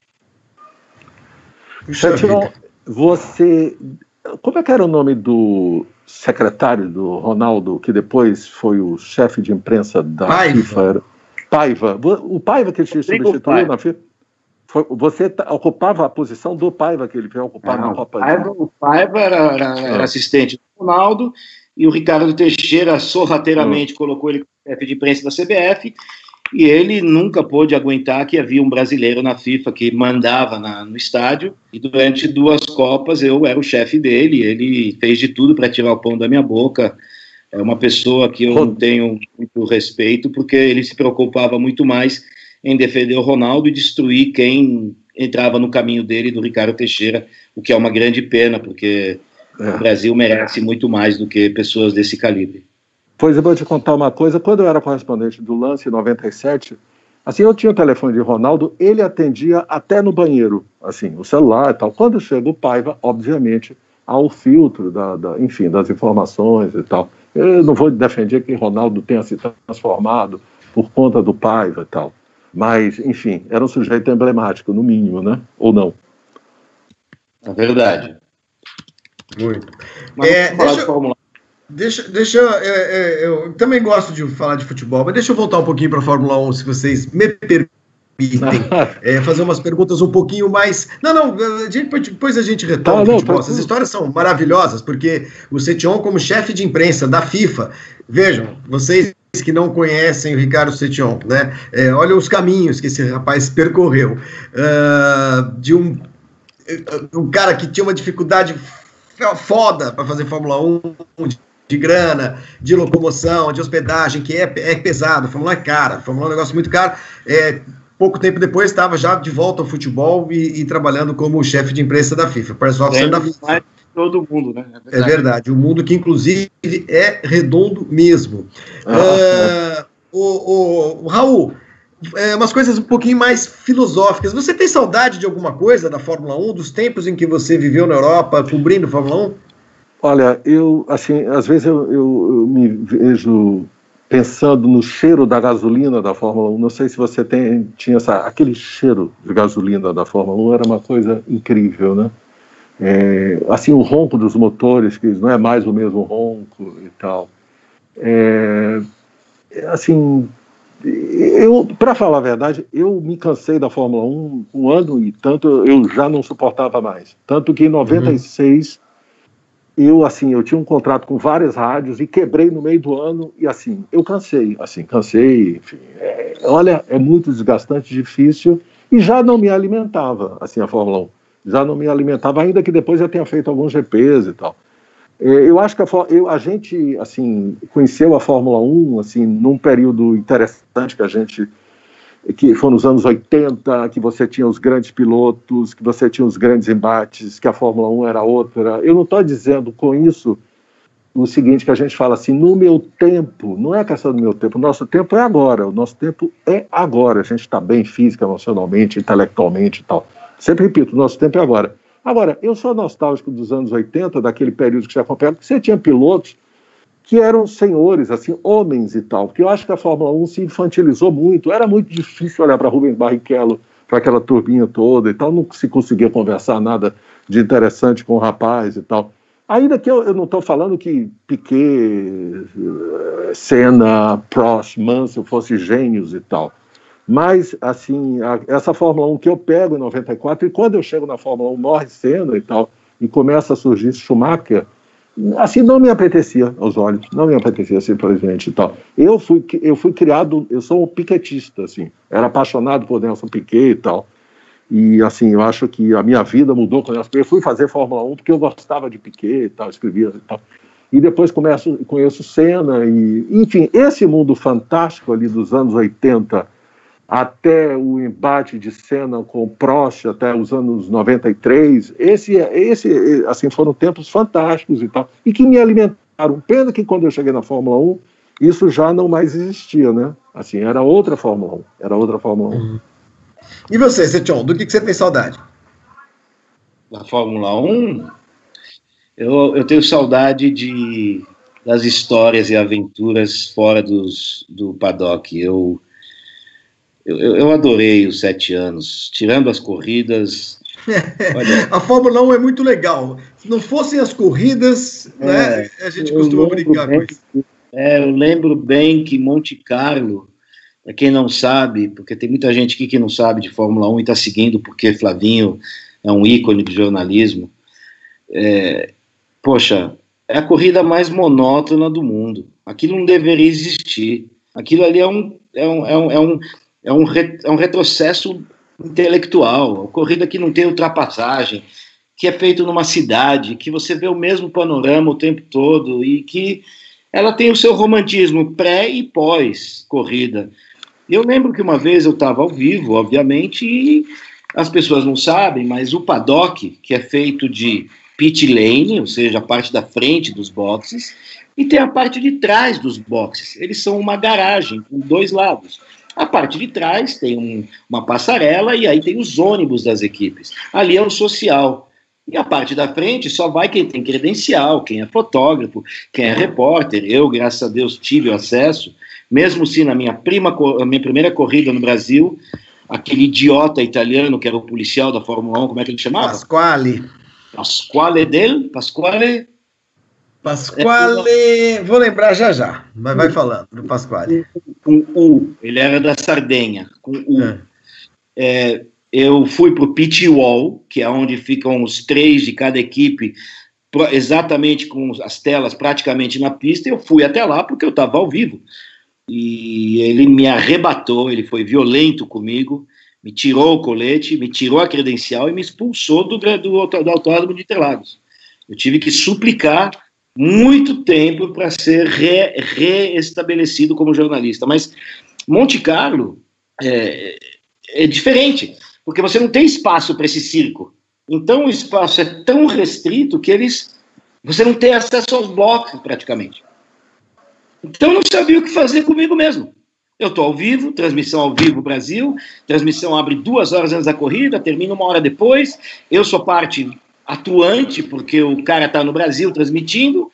S2: Setion, como é que era o nome do secretário do Ronaldo, que depois foi o chefe de imprensa da FIFA? Paiva. O Paiva que ele te substituiu na FIFA? Você ocupava a posição do Paiva que ele veio ocupar na Copa?
S3: O Paiva era assistente do Ronaldo, e o Ricardo Teixeira sorrateiramente colocou ele como chefe de imprensa da CBF, e ele nunca pôde aguentar que havia um brasileiro na FIFA que mandava no estádio, e durante 2 Copas eu era o chefe dele, ele fez de tudo para tirar o pão da minha boca. É uma pessoa que eu não tenho muito respeito, porque ele se preocupava muito mais em defender o Ronaldo e destruir quem entrava no caminho dele, do Ricardo Teixeira, o que é uma grande pena, porque o Brasil merece muito mais do que pessoas desse calibre.
S2: Pois eu vou te contar uma coisa: quando eu era correspondente do Lance em 97, assim, eu tinha o telefone de Ronaldo, ele atendia até no banheiro, assim, o celular e tal. Quando chega o Paiva, obviamente, há o filtro enfim, das informações e tal. Eu não vou defender que Ronaldo tenha se transformado por conta do Paiva e tal, mas, enfim, era um sujeito emblemático, no mínimo, né? Ou não?
S3: É verdade.
S1: Muito. Eu também gosto de falar de futebol, mas deixa eu voltar um pouquinho para a Fórmula 1, se vocês me permitem. Fazer umas perguntas um pouquinho mais... Depois a gente retoma o futebol. Essas histórias são maravilhosas, porque o Setion, como chefe de imprensa da FIFA, vejam, vocês que não conhecem o Ricardo Setion, né? Olha os caminhos que esse rapaz percorreu. De um cara que tinha uma dificuldade foda para fazer Fórmula 1, de grana, de locomoção, de hospedagem, que é pesado. A Fórmula 1 é cara, a Fórmula 1 é um negócio muito caro. Pouco tempo depois estava já de volta ao futebol e trabalhando como chefe de imprensa da FIFA, press officer da FIFA.
S3: Todo mundo, né?
S1: É verdade, o mundo que inclusive é redondo mesmo. Raul, umas coisas um pouquinho mais filosóficas. Você tem saudade de alguma coisa da Fórmula 1, dos tempos em que você viveu na Europa cobrindo Fórmula 1?
S2: Olha, às vezes eu me vejo pensando no cheiro da gasolina da Fórmula 1. Não sei se você tinha aquele cheiro de gasolina da Fórmula 1, era uma coisa incrível, né? Assim, o ronco dos motores, que não é mais o mesmo ronco e tal. Assim, para falar a verdade, eu me cansei da Fórmula 1 um ano e tanto, eu já não suportava mais. Tanto que em 96... eu tinha um contrato com várias rádios e quebrei no meio do ano e eu cansei, enfim. Olha, é muito desgastante, difícil e já não me alimentava, a Fórmula 1. Já não me alimentava, ainda que depois eu tenha feito alguns GPs e tal. Eu acho que a gente, conheceu a Fórmula 1, num período interessante que foi nos anos 80, que você tinha os grandes pilotos, que você tinha os grandes embates, que a Fórmula 1 era outra. Eu não estou dizendo com isso o seguinte, que a gente fala no meu tempo, não é questão do meu tempo, o nosso tempo é agora, a gente está bem física, emocionalmente, intelectualmente e tal. Sempre repito, o nosso tempo é agora. Agora, eu sou nostálgico dos anos 80, daquele período que você acompanhava, que você tinha pilotos que eram senhores, homens e tal, porque eu acho que a Fórmula 1 se infantilizou muito, era muito difícil olhar para Rubens Barrichello, para aquela turbinha toda e tal, não se conseguia conversar nada de interessante com o rapaz e tal. Ainda que eu não estou falando que Piquet, Senna, Prost, Mansell fossem gênios e tal, mas, essa Fórmula 1 que eu pego em 94, e quando eu chego na Fórmula 1 morre Senna e tal, e começa a surgir Schumacher, não me apetecia aos olhos, não me apetecia ser presidente e tal. Eu fui criado, eu sou um piquetista, era apaixonado por Nelson Piquet e tal, e eu acho que a minha vida mudou quando eu fui fazer Fórmula 1 porque eu gostava de Piquet e tal, escrevia e tal, e depois conheço Senna, e enfim, esse mundo fantástico ali dos anos 80, até o embate de Senna com o Prost, até os anos 93, foram tempos fantásticos e tal, e que me alimentaram. Pena que quando eu cheguei na Fórmula 1, isso já não mais existia, né? Era outra Fórmula 1,
S1: E você, Setião, do que você tem saudade?
S3: Da Fórmula 1? Eu tenho saudade das histórias e aventuras fora do paddock. Eu adorei os 7 anos, tirando as corridas.
S1: Olha, a Fórmula 1 é muito legal. Se não fossem as corridas, né, a gente costuma brincar com isso.
S3: Eu lembro bem que Monte Carlo, para quem não sabe, porque tem muita gente aqui que não sabe de Fórmula 1 e está seguindo porque Flavinho é um ícone de jornalismo. Poxa, é a corrida mais monótona do mundo. Aquilo não deveria existir. Aquilo ali é um retrocesso intelectual, uma corrida que não tem ultrapassagem, que é feito numa cidade, que você vê o mesmo panorama o tempo todo e que ela tem o seu romantismo pré e pós corrida. Eu lembro que uma vez eu estava ao vivo, obviamente, e as pessoas não sabem, mas o paddock, que é feito de pit lane, ou seja, a parte da frente dos boxes, e tem a parte de trás dos boxes. Eles são uma garagem com 2 lados. A parte de trás tem uma passarela e aí tem os ônibus das equipes. Ali é o social. E a parte da frente só vai quem tem credencial, quem é fotógrafo, quem é repórter. Eu, graças a Deus, tive o acesso, mesmo se na minha primeira corrida no Brasil, aquele idiota italiano que era o policial da Fórmula 1, como é que ele chamava?
S1: Pasquale, vou lembrar já, mas vai falando do Pasquale.
S3: Com U, ele era da Sardenha, com U. Eu fui para o pit wall, que é onde ficam os 3 de cada equipe, exatamente com as telas praticamente na pista. Eu fui até lá porque eu estava ao vivo. E ele me arrebatou, ele foi violento comigo, me tirou o colete, me tirou a credencial e me expulsou do Autódromo de Interlagos. Eu tive que suplicar muito tempo para ser reestabelecido como jornalista. Mas Monte Carlo é diferente, porque você não tem espaço para esse circo. Então o espaço é tão restrito que você não tem acesso aos blocos praticamente. Então eu não sabia o que fazer comigo mesmo. Eu estou ao vivo, transmissão ao vivo Brasil, transmissão abre 2 horas antes da corrida, termina 1 hora depois, eu sou parte atuante, porque o cara está no Brasil transmitindo,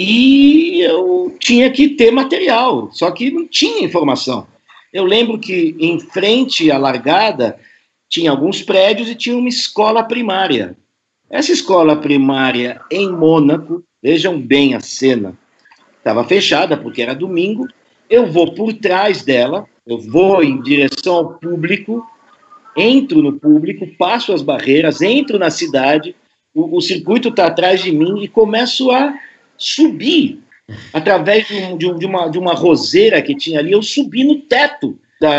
S3: e eu tinha que ter material, só que não tinha informação. Eu lembro que em frente à largada tinha alguns prédios e tinha uma escola primária. Essa escola primária em Mônaco, vejam bem a cena, estava fechada porque era domingo. Eu vou por trás dela, eu vou em direção ao público, entro no público, passo as barreiras, entro na cidade, o circuito está atrás de mim e começo a subir. Através de uma roseira que tinha ali, eu subi no teto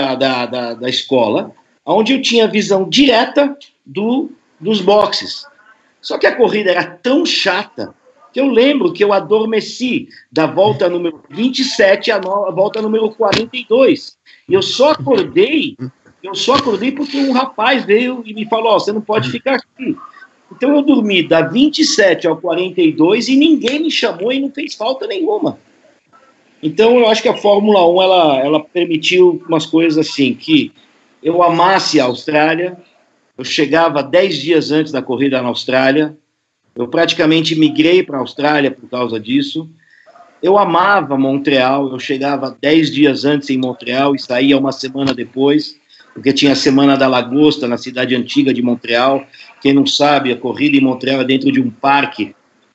S3: da escola, onde eu tinha visão direta dos boxes. Só que a corrida era tão chata que eu lembro que eu adormeci da volta número 27 à volta número 42. E eu só acordei porque um rapaz veio e me falou, você não pode ficar aqui. Então eu dormi da 27 ao 42 e ninguém me chamou e não fez falta nenhuma. Então eu acho que a Fórmula 1 ela permitiu umas coisas assim, que eu amasse a Austrália, eu chegava 10 dias antes da corrida na Austrália, eu praticamente migrei para a Austrália por causa disso. Eu amava Montreal, eu chegava 10 dias antes em Montreal e saía 1 semana depois, porque tinha a Semana da Lagosta na cidade antiga de Montreal. Quem não sabe, a corrida em Montreal é dentro de um parque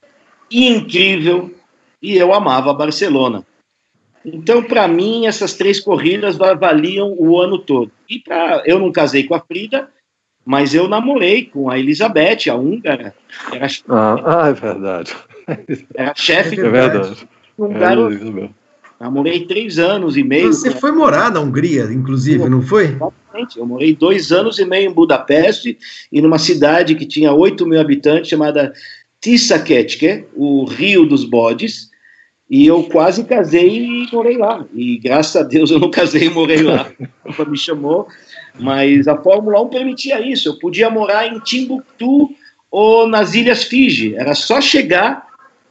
S3: incrível, e eu amava Barcelona. Então, para mim, essas 3 corridas valiam o ano todo. E eu não casei com a Frida, mas eu namorei com a Elizabeth, a húngara.
S2: É verdade.
S3: Era chefe
S2: de verdade.
S3: Um garoto. Namorei 3 anos e meio.
S1: Você foi morar na Hungria, inclusive, não foi?
S3: Exatamente. Eu morei 2 anos e meio em Budapeste e numa cidade que tinha 8.000 habitantes, chamada Tiszakecske, o Rio dos Bodes, e eu quase casei e morei lá. E graças a Deus eu não casei e morei lá. Nunca me chamou. Mas a Fórmula 1 permitia isso. Eu podia morar em Timbuktu ou nas Ilhas Fiji. Era só chegar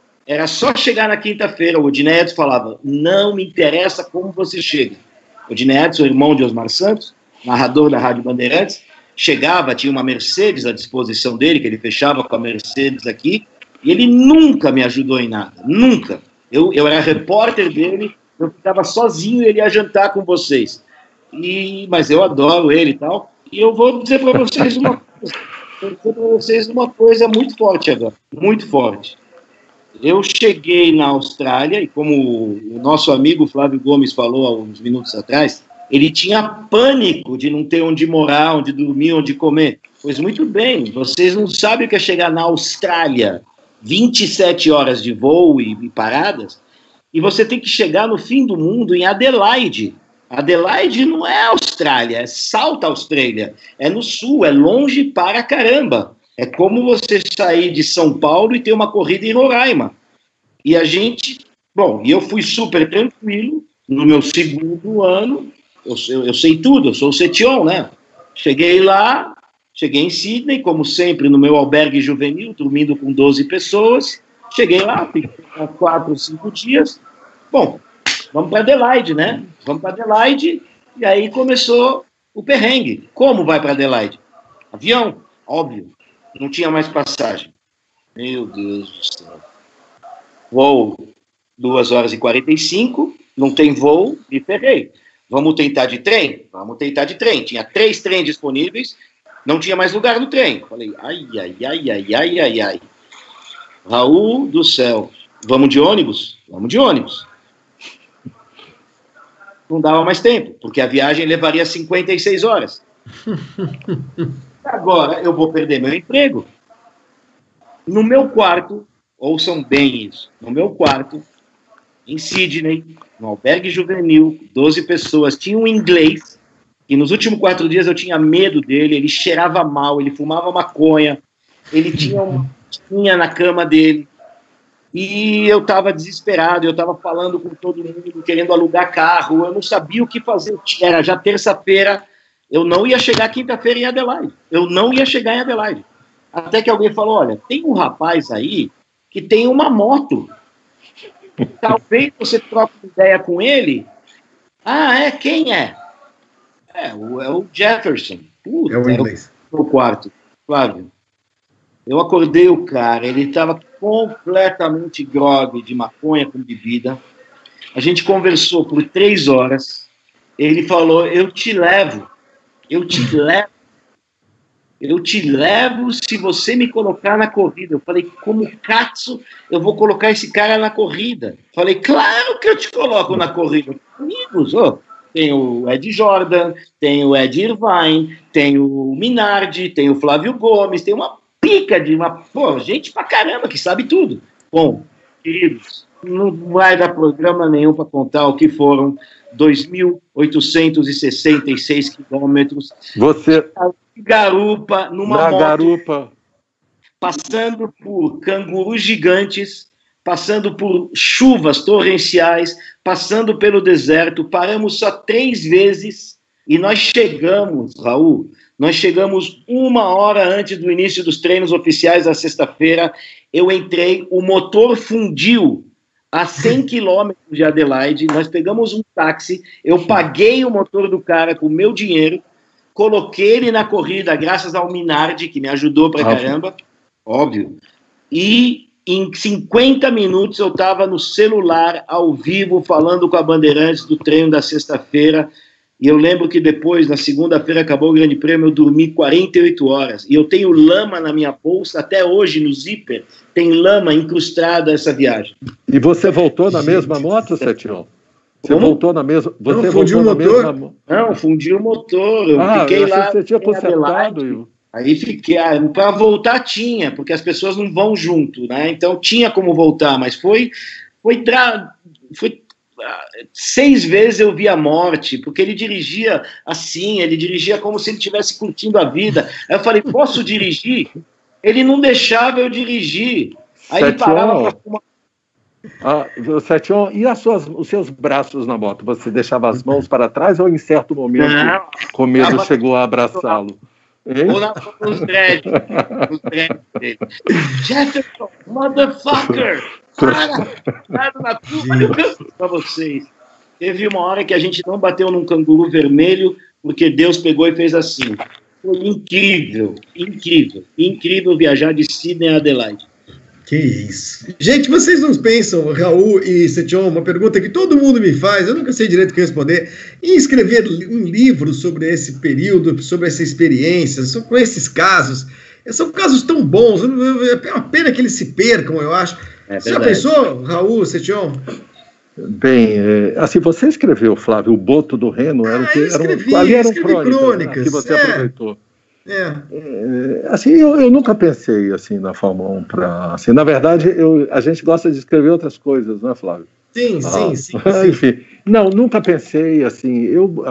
S3: na quinta-feira. O Odinei Edson falava, não me interessa como você chega. O Odinei Edson, irmão de Osmar Santos, narrador da Rádio Bandeirantes, chegava, tinha uma Mercedes à disposição dele, que ele fechava com a Mercedes aqui, e ele nunca me ajudou em nada. Nunca. Eu era repórter dele, eu ficava sozinho e ele ia jantar com vocês. Mas eu adoro ele e tal. E eu vou dizer para vocês uma coisa muito forte agora. Muito forte. Eu cheguei na Austrália, e como o nosso amigo Flávio Gomes falou há uns minutos atrás, ele tinha pânico de não ter onde morar, onde dormir, onde comer. Pois muito bem, vocês não sabem o que é chegar na Austrália, 27 horas de voo e paradas, e você tem que chegar no fim do mundo em Adelaide. Adelaide não é Austrália, é South Australia, é no sul, é longe para caramba. É como você sair de São Paulo e ter uma corrida em Roraima. E eu fui super tranquilo no meu 2º ano, eu sei tudo, eu sou o Setion, né? Cheguei lá, cheguei em Sydney, como sempre, no meu albergue juvenil, dormindo com 12 pessoas. Cheguei lá, fiquei 4 ou 5 dias. Bom, vamos para Adelaide, né? Vamos para Adelaide, e aí começou o perrengue. Como vai para Adelaide? Avião, óbvio. Não tinha mais passagem. Meu Deus do céu. Voo 2 horas e 45, não tem voo, me ferrei. Vamos tentar de trem? Vamos tentar de trem. Tinha 3 trens disponíveis, não tinha mais lugar no trem. Falei, ai. Raul do céu, vamos de ônibus? Vamos de ônibus. Não dava mais tempo, porque a viagem levaria 56 horas. Agora eu vou perder meu emprego. No meu quarto, ouçam bem isso, no meu quarto, em Sydney, no albergue juvenil, 12 pessoas, tinha um inglês, e nos últimos 4 dias eu tinha medo dele, ele cheirava mal, ele fumava maconha, ele tinha tinha na cama dele. E eu estava desesperado, eu estava falando com todo mundo, querendo alugar carro, eu não sabia o que fazer. Era já terça-feira, eu não ia chegar quinta-feira em Adelaide. Eu não ia chegar em Adelaide. Até que alguém falou, olha, tem um rapaz aí que tem uma moto. Talvez você troque ideia com ele. Ah, é? Quem é? É o Jefferson. Puta,
S1: É o inglês.
S3: No quarto, Flávio. Eu acordei o cara, ele estava completamente grogue de maconha com bebida. A gente conversou por 3 horas. Ele falou, eu te levo se você me colocar na corrida. Eu falei, como Katsu eu vou colocar esse cara na corrida? Falei, claro que eu te coloco na corrida. Amigos, tem o Ed Jordan, tem o Ed Irvine, tem o Minardi, tem o Flávio Gomes, tem uma pica de gente pra caramba que sabe tudo. Bom, queridos, não vai dar programa nenhum para contar o que foram 2.866 quilômetros.
S2: Você...
S3: Garupa, numa moto,
S2: garupa,
S3: passando por cangurus gigantes, passando por chuvas torrenciais, passando pelo deserto. Paramos só 3 vezes e nós chegamos, Raul, 1 hora antes do início dos treinos oficiais da sexta-feira. Eu entrei, o motor fundiu a 100 quilômetros de Adelaide. Nós pegamos um táxi, eu paguei o motor do cara com o meu dinheiro, coloquei ele na corrida, graças ao Minardi, que me ajudou pra caramba, óbvio. E em 50 minutos eu estava no celular, ao vivo, falando com a Bandeirantes do treino da sexta-feira. E eu lembro que depois, na segunda-feira, acabou o Grande Prêmio, eu dormi 48 horas. E eu tenho lama na minha bolsa, até hoje, no zíper, tem lama incrustada essa viagem.
S2: E você voltou na mesma moto, Setion? Você voltou na mesma... Você
S1: não, fundiu o motor?
S3: Não, fundi o motor. Eu fiquei lá...
S2: Você tinha consertado.
S3: Aí fiquei... para voltar tinha, porque as pessoas não vão junto, né? Então tinha como voltar, mas foi 6 vezes eu vi a morte, porque ele dirigia assim, ele dirigia como se ele estivesse curtindo a vida. Aí eu falei, posso dirigir? Ele não deixava eu dirigir. Aí ele parava para fumar.
S2: Setion, e os seus braços na moto? Você deixava as mãos para trás ou em certo momento, com medo, chegou a abraçá-lo?
S3: Ou nos dreads dele. Jefferson, motherfucker! Para na curva, eu canto pra vocês. Teve uma hora que a gente não bateu num canguru vermelho, porque Deus pegou e fez assim. Foi incrível viajar de Sydney a Adelaide.
S1: Que isso. Gente, vocês não pensam, Raul e Setion, uma pergunta que todo mundo me faz, eu nunca sei direito o que responder, em escrever um livro sobre esse período, sobre essa experiência, sobre esses casos? São casos tão bons, é uma pena que eles se percam, eu acho. Você já pensou, Raul, Setion?
S2: Bem, assim, você escreveu, Flávio, o Boto do Reno, ali eram crônicas, né, que você aproveitou. Assim, eu nunca pensei assim na Fórmula 1 assim, na verdade, a gente gosta de escrever outras coisas, não é, Flávio?
S1: Sim.
S2: Enfim, não, nunca pensei assim,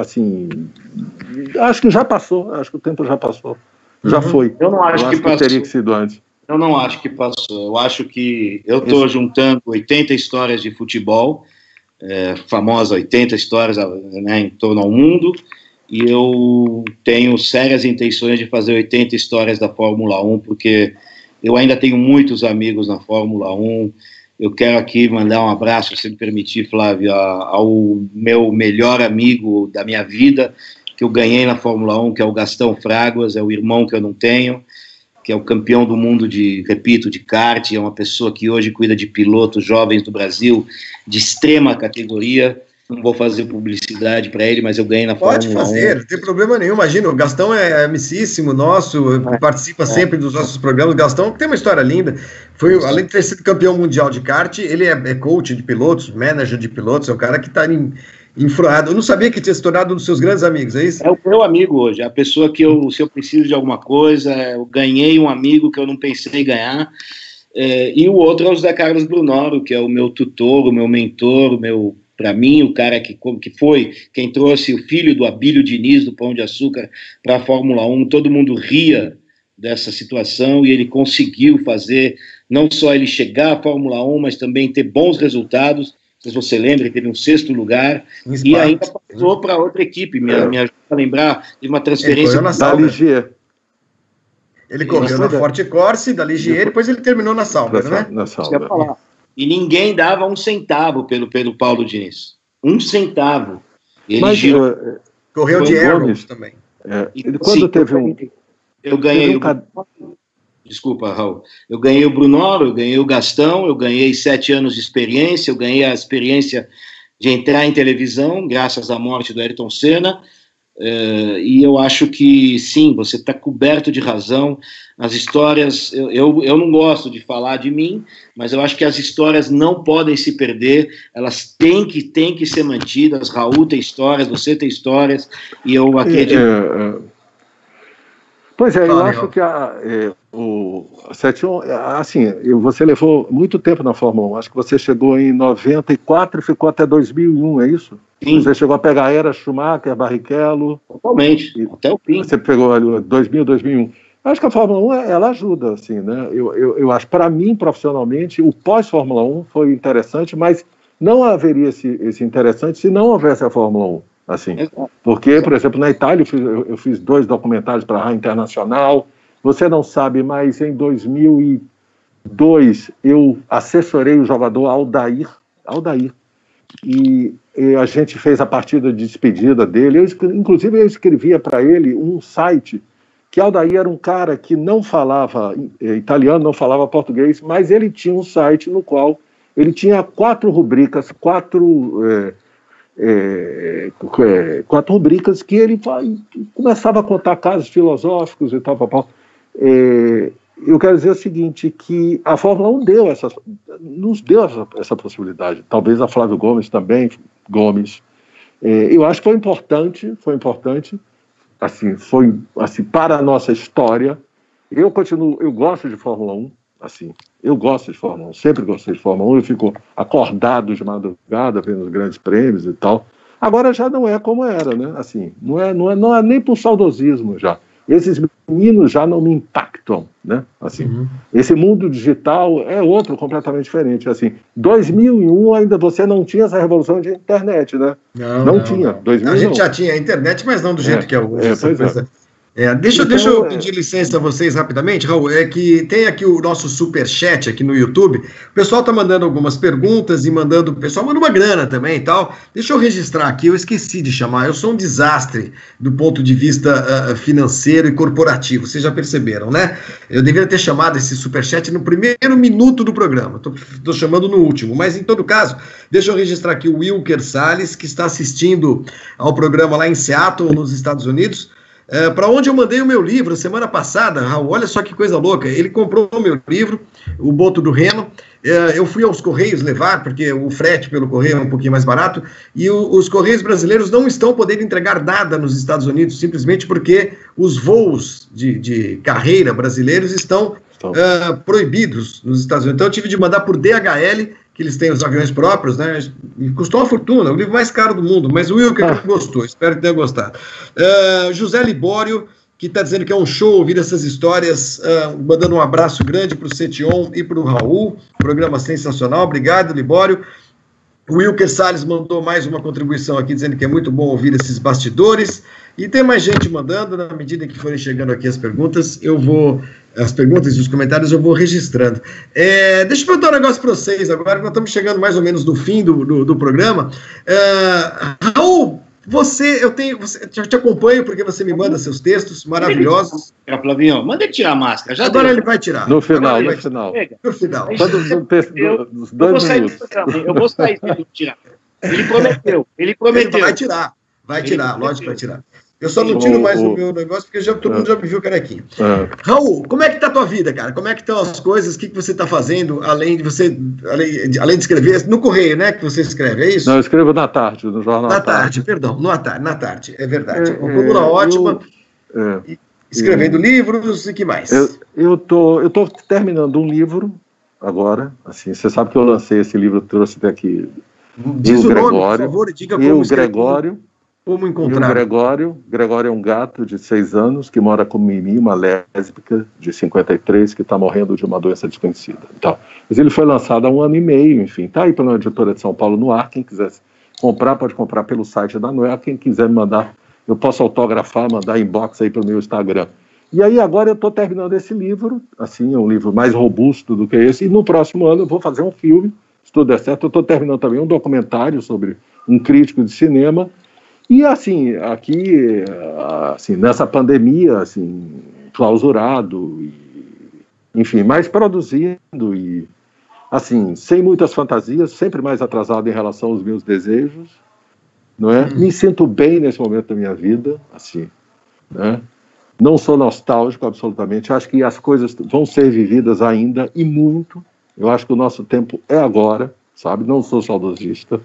S2: acho que já passou, acho que o tempo já passou, já foi.
S3: Eu não acho que passou.
S2: Teria que sido antes.
S3: Eu não acho que passou, eu acho que eu estou juntando 80 histórias de futebol, famosa 80 histórias, né, em torno ao mundo, e eu tenho sérias intenções de fazer 80 histórias da Fórmula 1, porque eu ainda tenho muitos amigos na Fórmula 1. Eu quero aqui mandar um abraço, se me permitir, Flávio, ao meu melhor amigo da minha vida, que eu ganhei na Fórmula 1, que é o Gastão Fraguas, é o irmão que eu não tenho, que é o campeão do mundo de kart, é uma pessoa que hoje cuida de pilotos jovens do Brasil, de extrema categoria. Não vou fazer publicidade para ele, mas eu ganhei na Fórmula 1.
S1: Pode fazer, não tem problema nenhum. Imagina, o Gastão é amicíssimo nosso, participa sempre dos nossos programas. O Gastão tem uma história linda. Além de ter sido campeão mundial de kart, ele é coach de pilotos, manager de pilotos, é um cara que está influado. Eu não sabia que tinha se tornado um dos seus grandes amigos, é isso?
S3: É o meu amigo hoje, a pessoa que se eu preciso de alguma coisa, eu ganhei um amigo que eu não pensei em ganhar. E o outro é o José Carlos Brunoro, que é o meu tutor, o meu mentor, para mim, o cara que foi quem trouxe o filho do Abílio Diniz, do Pão de Açúcar, para a Fórmula 1. Todo mundo ria dessa situação e ele conseguiu fazer, não só ele chegar à Fórmula 1, mas também ter bons resultados. Se você lembra, ele teve um 6º lugar e ainda passou para outra equipe. Me ajuda a lembrar de uma transferência
S2: da Ligier.
S1: Ele correu na Forte Corse, da Ligier, depois ele terminou na Sauber, né?
S2: Na Sauber.
S3: E ninguém dava um centavo pelo Paulo Diniz. Um centavo. Ele
S1: correu de Arrows também.
S2: Quando teve um...
S3: Eu ganhei Desculpa, Raul. Eu ganhei o Brunoro, eu ganhei o Gastão, eu ganhei 7 anos de experiência, eu ganhei a experiência de entrar em televisão, graças à morte do Ayrton Senna, e eu acho que, sim, você está coberto de razão. As histórias, eu não gosto de falar de mim, mas eu acho que as histórias não podem se perder, elas têm que ser mantidas. Raul tem histórias, você tem histórias, e eu acredito...
S2: Pois é, eu acho que o 71, assim, você levou muito tempo na Fórmula 1, acho que você chegou em 94 e ficou até 2001, é isso?
S3: Sim.
S2: Você chegou a pegar a era Schumacher, Barrichello...
S3: Totalmente, até o fim.
S2: Você pegou ali 2000, 2001. Acho que a Fórmula 1, ela ajuda, assim, né? Eu acho, para mim, profissionalmente, o pós-Fórmula 1 foi interessante, mas não haveria esse interessante se não houvesse a Fórmula 1. Assim, porque, por exemplo, na Itália eu fiz 2 documentários para a Rádio Internacional. Você não sabe, mas em 2002 eu assessorei o jogador Aldair, e a gente fez a partida de despedida dele. Inclusive eu escrevia para ele um site, que Aldair era um cara que não falava italiano, não falava português, mas ele tinha um site no qual ele tinha 4 rubricas, 4 rubricas que ele começava a contar casos filosóficos e tal. Eu quero dizer o seguinte, que a Fórmula 1 nos deu essa possibilidade. Talvez a Flávio Gomes também, eu acho que foi importante, assim, foi assim, para a nossa história. Eu gosto de Fórmula 1, assim, eu gosto de Fórmula 1, sempre gostei de Fórmula 1, eu fico acordado de madrugada vendo os grandes prêmios e tal. Agora já não é como era, né? Assim, não é nem por saudosismo já. Esses meninos já não me impactam, né? Assim, esse mundo digital é outro completamente diferente. Assim, 2001 ainda você não tinha essa revolução de internet, né? Não tinha. 2001.
S1: A gente já tinha a internet, mas não do jeito que é hoje. Deixa eu pedir licença a vocês rapidamente, Raul, que tem aqui o nosso superchat aqui no YouTube, o pessoal tá mandando algumas perguntas e o pessoal manda uma grana também e tal. Deixa eu registrar aqui, eu esqueci de chamar, eu sou um desastre do ponto de vista financeiro e corporativo, vocês já perceberam, né? Eu deveria ter chamado esse superchat no primeiro minuto do programa, tô chamando no último, mas em todo caso, deixa eu registrar aqui o Wilker Salles, que está assistindo ao programa lá em Seattle, nos Estados Unidos, para onde eu mandei o meu livro semana passada, Raul, olha só que coisa louca, ele comprou o meu livro, O Boto do Reno, eu fui aos Correios levar, porque o frete pelo correio é um pouquinho mais barato, e os Correios brasileiros não estão podendo entregar nada nos Estados Unidos, simplesmente porque os voos de carreira brasileiros estão proibidos nos Estados Unidos. Então eu tive de mandar por DHL, que eles têm os aviões próprios, né? E custou uma fortuna, o livro mais caro do mundo, mas o Wilker gostou, espero que tenha gostado. José Libório, que está dizendo que é um show ouvir essas histórias, mandando um abraço grande para o Setion e para o Raul, programa sensacional, obrigado, Libório. O Wilker Salles mandou mais uma contribuição aqui, dizendo que é muito bom ouvir esses bastidores, e tem mais gente mandando, na medida que forem chegando aqui as perguntas e os comentários eu vou registrando. Deixa eu perguntar um negócio para vocês agora, nós estamos chegando mais ou menos no fim do programa. Raul, eu te acompanho porque você me manda seus textos maravilhosos.
S3: Flavinho, manda ele tirar a máscara.
S1: Agora ele vai tirar.
S2: No final.
S3: Eu vou sair se ele tirar. Ele prometeu.
S1: Ele vai tirar, lógico que vai tirar. Eu só não tiro mais o meu negócio, porque todo mundo já me viu carequinho. Raul, como é que tá a tua vida, cara? Como é que estão as coisas? O que você tá fazendo, além de escrever? No Correio, né, que você escreve, é isso?
S2: Não, eu escrevo na tarde, no jornal.
S1: Na tarde, perdão, na tarde, é verdade. Uma coluna ótima, escrevendo livros e que mais?
S2: Eu tô terminando um livro agora, assim, você sabe que eu lancei esse livro, trouxe até aqui.
S1: Diz o nome, por favor, e diga como
S2: o Gregório.
S1: Como
S2: E o
S1: encontrar?
S2: Gregório é um gato de 6 anos que mora com Mimi, uma lésbica de 53 que está morrendo de uma doença desconhecida. Então, mas ele foi lançado há 1 ano e meio, enfim, está aí pela editora de São Paulo no ar. Quem quiser comprar, pode comprar pelo site da Noel. Quem quiser me mandar, eu posso autografar, mandar inbox aí pelo meu Instagram. E aí agora eu estou terminando esse livro, assim, é um livro mais robusto do que esse, e no próximo ano eu vou fazer um filme, se tudo der certo. Eu estou terminando também um documentário sobre um crítico de cinema. E assim, aqui, assim, nessa pandemia, assim, clausurado, enfim, mas produzindo e, assim, sem muitas fantasias, sempre mais atrasado em relação aos meus desejos, não é? Me sinto bem nesse momento da minha vida, assim, né? Não sou nostálgico, absolutamente. Acho que as coisas vão ser vividas ainda, e muito. Eu acho que o nosso tempo é agora, sabe? Não sou saudosista.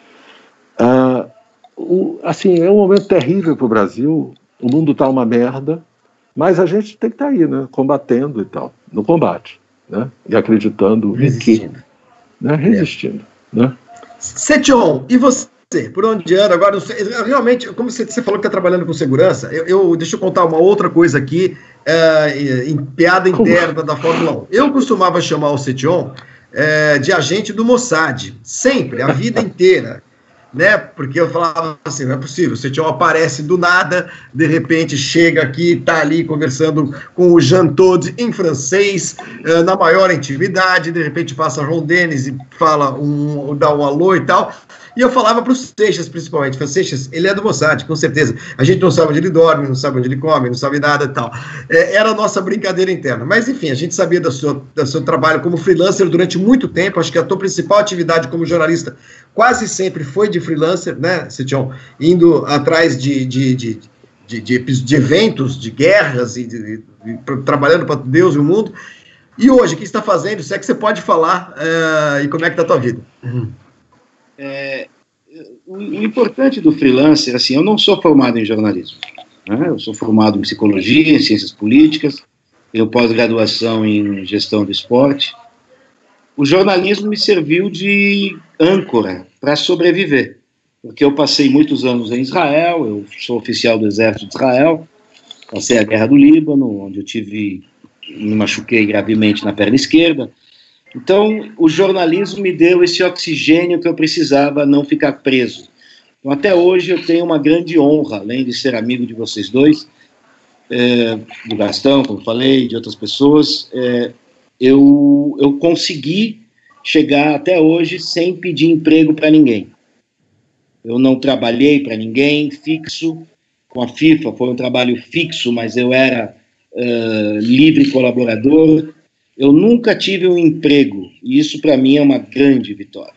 S2: Assim, é um momento terrível para o Brasil, o mundo está uma merda, mas a gente tem que estar aí, né, combatendo e tal, no combate, né, e acreditando
S1: Resistindo.
S2: Resistindo, né.
S1: Setion, e você? Por onde anda agora? Realmente, como você falou que está trabalhando com segurança, deixa eu contar uma outra coisa aqui, em piada interna da Fórmula 1. Eu costumava chamar o Setion de agente do Mossad, sempre, a vida inteira. Né? Porque eu falava assim, não é possível, o Setion aparece do nada, de repente chega aqui, está ali conversando com o Jean Todt em francês, na maior intimidade, de repente passa Ron Dennis e fala dá um alô e tal. E eu falava para o Seixas, principalmente, falei, Seixas, ele é do Mossad, com certeza. A gente não sabe onde ele dorme, não sabe onde ele come, não sabe nada e tal. Era a nossa brincadeira interna. Mas, enfim, a gente sabia do seu trabalho como freelancer durante muito tempo. Acho que a tua principal atividade como jornalista quase sempre foi de freelancer, né, Setion? Indo atrás de eventos, de guerras, trabalhando para Deus e o mundo. E hoje, o que você está fazendo? Se é que você pode falar e como é que está a tua vida?
S3: O importante do freelancer, assim, eu não sou formado em jornalismo, né? Eu sou formado em psicologia, em ciências políticas, tenho pós-graduação em gestão do esporte. O jornalismo me serviu de âncora para sobreviver, porque eu passei muitos anos em Israel, eu sou oficial do Exército de Israel, passei a Guerra do Líbano, onde me machuquei gravemente na perna esquerda. Então, o jornalismo me deu esse oxigênio que eu precisava, não ficar preso. Então, até hoje eu tenho uma grande honra, além de ser amigo de vocês dois, do Gastão, como falei, de outras pessoas, eu consegui chegar até hoje sem pedir emprego para ninguém. Eu não trabalhei para ninguém fixo, com a FIFA foi um trabalho fixo, mas eu era livre colaborador. Eu nunca tive um emprego, e isso para mim é uma grande vitória,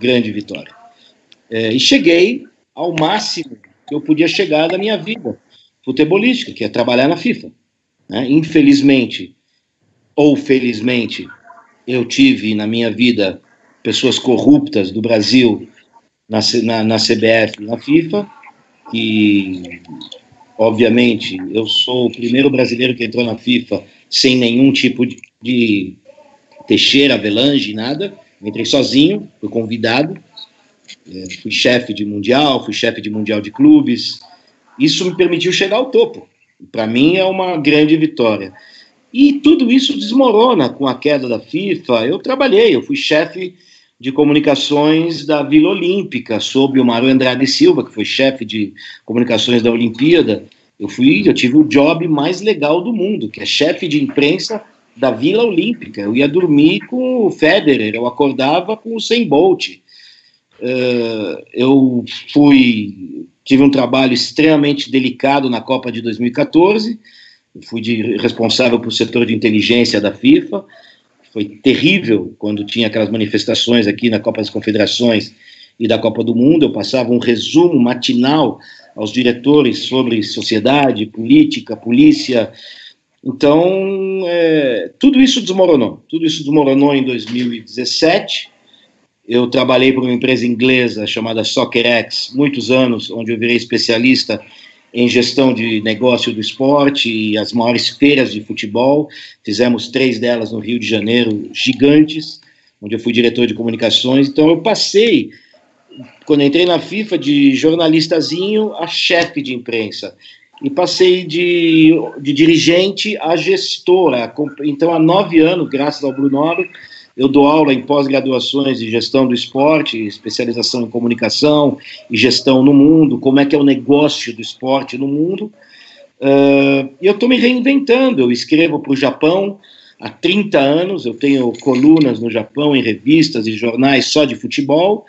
S3: e cheguei ao máximo que eu podia chegar da minha vida futebolística, que é trabalhar na FIFA, né? Infelizmente, ou felizmente, eu tive na minha vida pessoas corruptas do Brasil na CBF e na FIFA, que, obviamente, eu sou o primeiro brasileiro que entrou na FIFA sem nenhum tipo de Teixeira, Avelange, nada. Eu entrei sozinho, fui convidado, fui chefe de mundial de clubes. Isso me permitiu chegar ao topo. Para mim é uma grande vitória. E tudo isso desmorona com a queda da FIFA. Eu fui chefe de comunicações da Vila Olímpica, sob o Mário Andrade Silva, que foi chefe de comunicações da Olimpíada. Eu tive o job mais legal do mundo, que é chefe de imprensa da Vila Olímpica. Eu ia dormir com o Federer, eu acordava com o Usain Bolt. Eu tive um trabalho extremamente delicado na Copa de 2014, eu fui responsável pelo setor de inteligência da FIFA. Foi terrível quando tinha aquelas manifestações aqui na Copa das Confederações e da Copa do Mundo. Eu passava um resumo matinal aos diretores sobre sociedade, política, polícia. Então, tudo isso desmoronou em 2017. Eu trabalhei para uma empresa inglesa chamada SoccerX, muitos anos, onde eu virei especialista em gestão de negócio do esporte e as maiores feiras de futebol. Fizemos 3 delas no Rio de Janeiro, gigantes, onde eu fui diretor de comunicações. Então eu passei quando entrei na FIFA, de jornalistazinho a chefe de imprensa. E passei de dirigente a gestora. Então, há 9 anos, graças ao Brunoro, eu dou aula em pós-graduações de gestão do esporte, especialização em comunicação e gestão no mundo, como é que é o negócio do esporte no mundo. E eu estou me reinventando. Eu escrevo para o Japão há 30 anos, eu tenho colunas no Japão, em revistas e jornais só de futebol.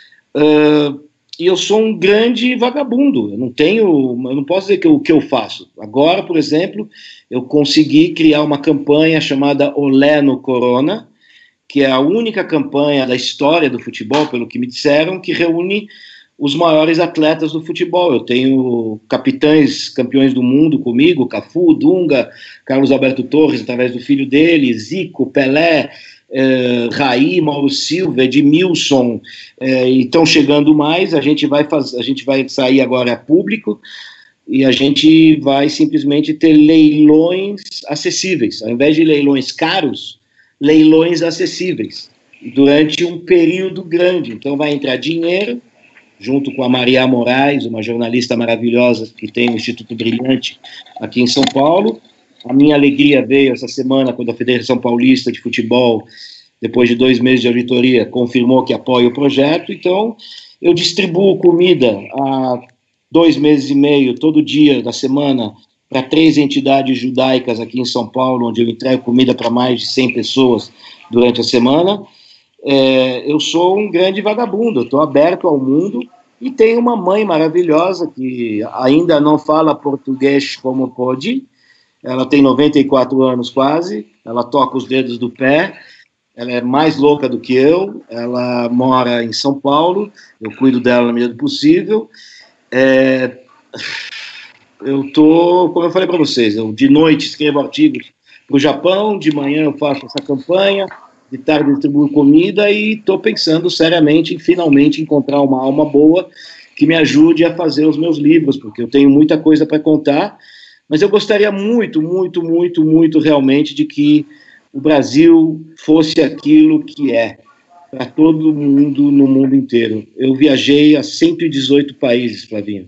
S3: E eu sou um grande vagabundo, eu não posso dizer o que eu faço. Agora, por exemplo, eu consegui criar uma campanha chamada Olé no Corona, que é a única campanha da história do futebol, pelo que me disseram, que reúne os maiores atletas do futebol. Eu tenho campeões do mundo comigo, Cafu, Dunga, Carlos Alberto Torres, através do filho dele, Zico, Pelé, Raí, Mauro Silva, Edmilson, e estão chegando mais. A gente vai sair agora a público e a gente vai simplesmente ter leilões acessíveis, ao invés de leilões caros, leilões acessíveis durante um período grande. Então vai entrar dinheiro, junto com a Maria Moraes, uma jornalista maravilhosa que tem um Instituto Brilhante aqui em São Paulo. A minha alegria veio essa semana quando a Federação Paulista de Futebol, depois de 2 meses de auditoria, confirmou que apoia o projeto. Então, eu distribuo comida há 2 meses e meio, todo dia da semana, para 3 entidades judaicas aqui em São Paulo, onde eu entrego comida para mais de 100 pessoas durante a semana. Eu sou um grande vagabundo, eu estou aberto ao mundo e tenho uma mãe maravilhosa que ainda não fala português como pode. Ela tem 94 anos quase, ela toca os dedos do pé, ela é mais louca do que eu, ela mora em São Paulo, eu cuido dela na medida do possível. Eu estou, como eu falei para vocês, eu de noite escrevo artigos para o Japão, de manhã eu faço essa campanha, de tarde distribuo comida e estou pensando seriamente em finalmente encontrar uma alma boa que me ajude a fazer os meus livros, porque eu tenho muita coisa para contar. Mas eu gostaria muito, muito, muito, muito realmente de que o Brasil fosse aquilo que é para todo mundo no mundo inteiro. Eu viajei a 118 países, Flavinho.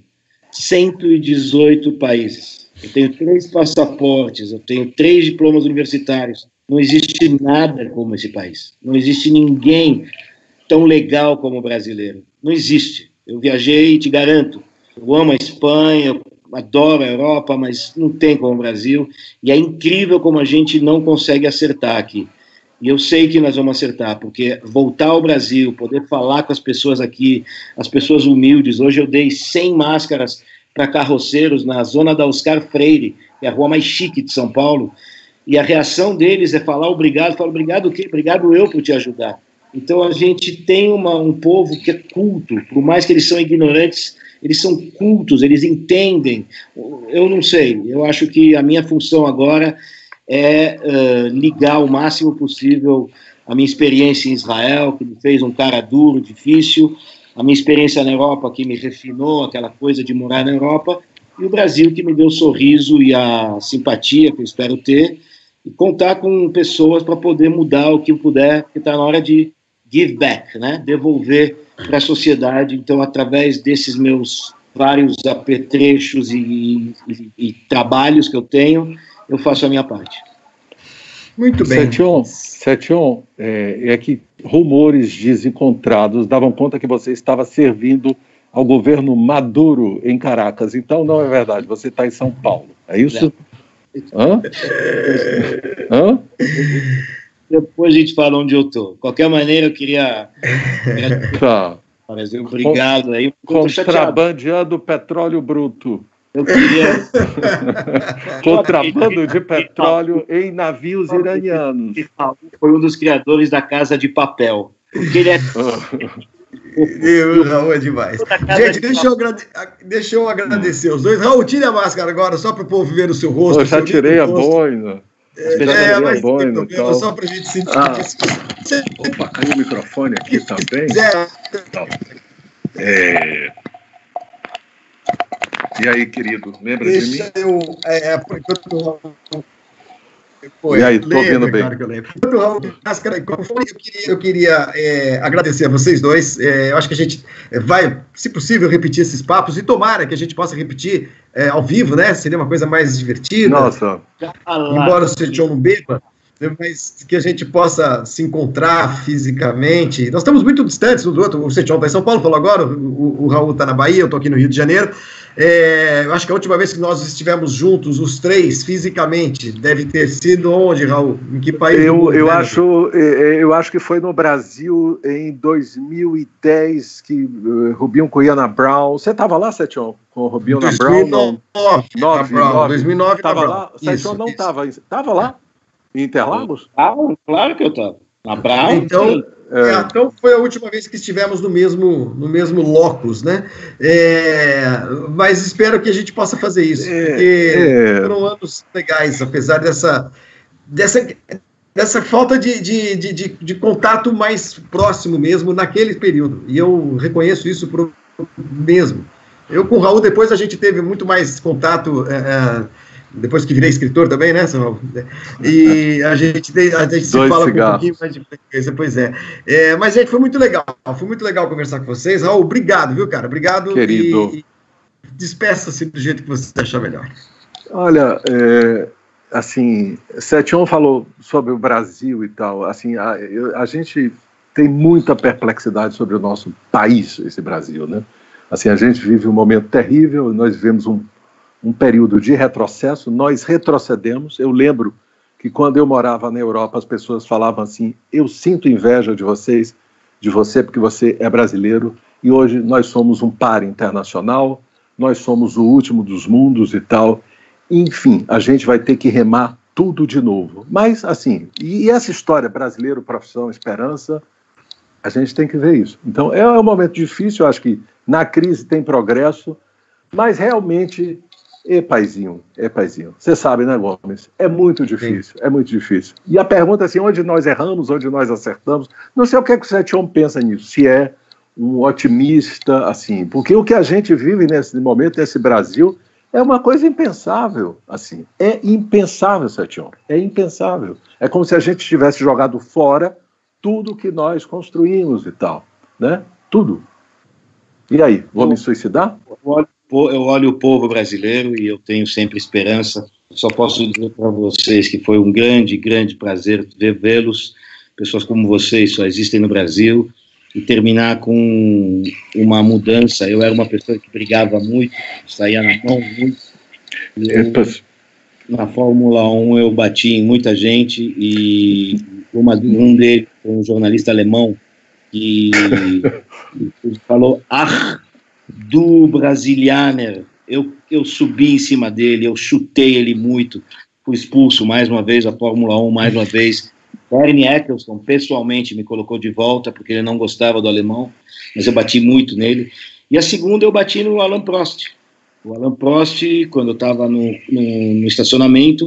S3: 118 países. Eu tenho 3 passaportes, eu tenho 3 diplomas universitários. Não existe nada como esse país. Não existe ninguém tão legal como o brasileiro. Não existe. Eu viajei e te garanto, eu amo a Espanha, adoro a Europa, mas não tem como o Brasil, e é incrível como a gente não consegue acertar aqui. E eu sei que nós vamos acertar, porque voltar ao Brasil, poder falar com as pessoas aqui, as pessoas humildes. Hoje eu dei 100 máscaras para carroceiros na zona da Oscar Freire, que é a rua mais chique de São Paulo, e a reação deles é falar obrigado. Falo, obrigado o quê? Obrigado eu por te ajudar. Então a gente tem um povo que é culto, por mais que eles são ignorantes, eles são cultos, eles entendem. Eu não sei, eu acho que a minha função agora é ligar o máximo possível a minha experiência em Israel, que me fez um cara duro, difícil, a minha experiência na Europa, que me refinou, aquela coisa de morar na Europa, e o Brasil, que me deu o sorriso e a simpatia que eu espero ter, e contar com pessoas para poder mudar o que eu puder, porque está na hora de give back, né? Devolver para a sociedade. Então, através desses meus vários apetrechos e trabalhos que eu tenho, eu faço a minha parte.
S1: Muito bem.
S2: Setion, é que rumores desencontrados davam conta que você estava servindo ao governo Maduro em Caracas. Então, não é verdade, você está em São Paulo. É isso? Hã?
S3: Depois a gente fala onde eu estou. De qualquer maneira, eu queria...
S2: Tá.
S3: Obrigado aí.
S2: Contrabandeando petróleo bruto.
S3: Eu queria...
S2: Contrabando de petróleo em navios iranianos.
S3: Foi um dos criadores da Casa de Papel. Porque ele é...
S1: Raul é demais. Gente, deixa eu agradecer os dois. Raul, tire a máscara agora, só para o povo ver o seu rosto.
S2: Eu já tirei a boina.
S1: Mas boina, então. Só para a gente sentir.
S2: Opa, caiu o microfone aqui também. Então, E aí, querido, lembra de mim?
S1: Pô,
S2: e aí, tô ouvindo bem.
S1: Claro que eu lembro. Eu queria agradecer a vocês dois. Eu acho que a gente vai, se possível, repetir esses papos e tomara que a gente possa repetir ao vivo, né? Seria uma coisa mais divertida.
S2: Nossa.
S1: Embora o Setião não beba, mas que a gente possa se encontrar fisicamente. Nós estamos muito distantes um do outro. O Setião está em São Paulo, falou agora, o Raul está na Bahia, eu estou aqui no Rio de Janeiro. Eu acho que a última vez que nós estivemos juntos, os três, fisicamente, deve ter sido onde, Raul? Em que país?
S2: Eu acho que foi no Brasil em 2010 que Rubinho com Iana Brown. Você estava lá, Setião? Com o Rubinho na Brown?
S1: 2009
S2: estava lá? Setião não estava. Estava lá? Em Interlagos?
S3: Claro que eu estava. Na Brown?
S1: Então foi a última vez que estivemos no mesmo locus, né? Mas espero que a gente possa fazer isso, porque foram anos legais, apesar dessa falta de contato mais próximo mesmo naquele período. E eu reconheço isso mesmo. Eu com o Raul, depois a gente teve muito mais contato, depois que virei escritor também, né, Samuel? E a gente se fala com um pouquinho mais de frequência, pois é. Mas, gente, foi muito legal conversar com vocês. Raul, obrigado, viu, cara? Obrigado.
S2: Querido.
S1: E despeça-se do jeito que você achar melhor.
S2: Olha, assim, Setião falou sobre o Brasil e tal, assim, a gente tem muita perplexidade sobre o nosso país, esse Brasil, né? Assim, a gente vive um momento terrível, nós vivemos um período de retrocesso, nós retrocedemos. Eu lembro que quando eu morava na Europa, as pessoas falavam assim, eu sinto inveja de vocês, de você, porque você é brasileiro, e hoje nós somos um par internacional, nós somos o último dos mundos e tal. Enfim, a gente vai ter que remar tudo de novo. Mas, assim, e essa história, brasileiro, profissão, esperança, a gente tem que ver isso. Então, é um momento difícil, eu acho que na crise tem progresso, mas realmente... paizinho. Você sabe, né, Gomes? É muito difícil, é muito difícil. E a pergunta é assim, onde nós erramos, onde nós acertamos, não sei o que o Setião pensa nisso, se é um otimista, assim, porque o que a gente vive nesse momento, nesse Brasil, é uma coisa impensável, assim, é impensável, Setião, é impensável. É como se a gente tivesse jogado fora tudo que nós construímos e tal, né? Tudo. E aí, vou me suicidar?
S3: Eu olho o povo brasileiro e eu tenho sempre esperança. Só posso dizer para vocês que foi um grande, grande prazer vê-los. Pessoas como vocês só existem no Brasil. E terminar com uma mudança. Eu era uma pessoa que brigava muito, saía na mão muito. Na Fórmula 1 eu bati em muita gente e um deles, um jornalista alemão, que falou, do Brasilianer, eu subi em cima dele, eu chutei ele muito, fui expulso mais uma vez, a Fórmula 1 mais uma vez. Bernie Eccleston pessoalmente me colocou de volta, porque ele não gostava do alemão, mas eu bati muito nele. E a segunda eu bati no Alain Prost. O Alain Prost, quando eu estava no estacionamento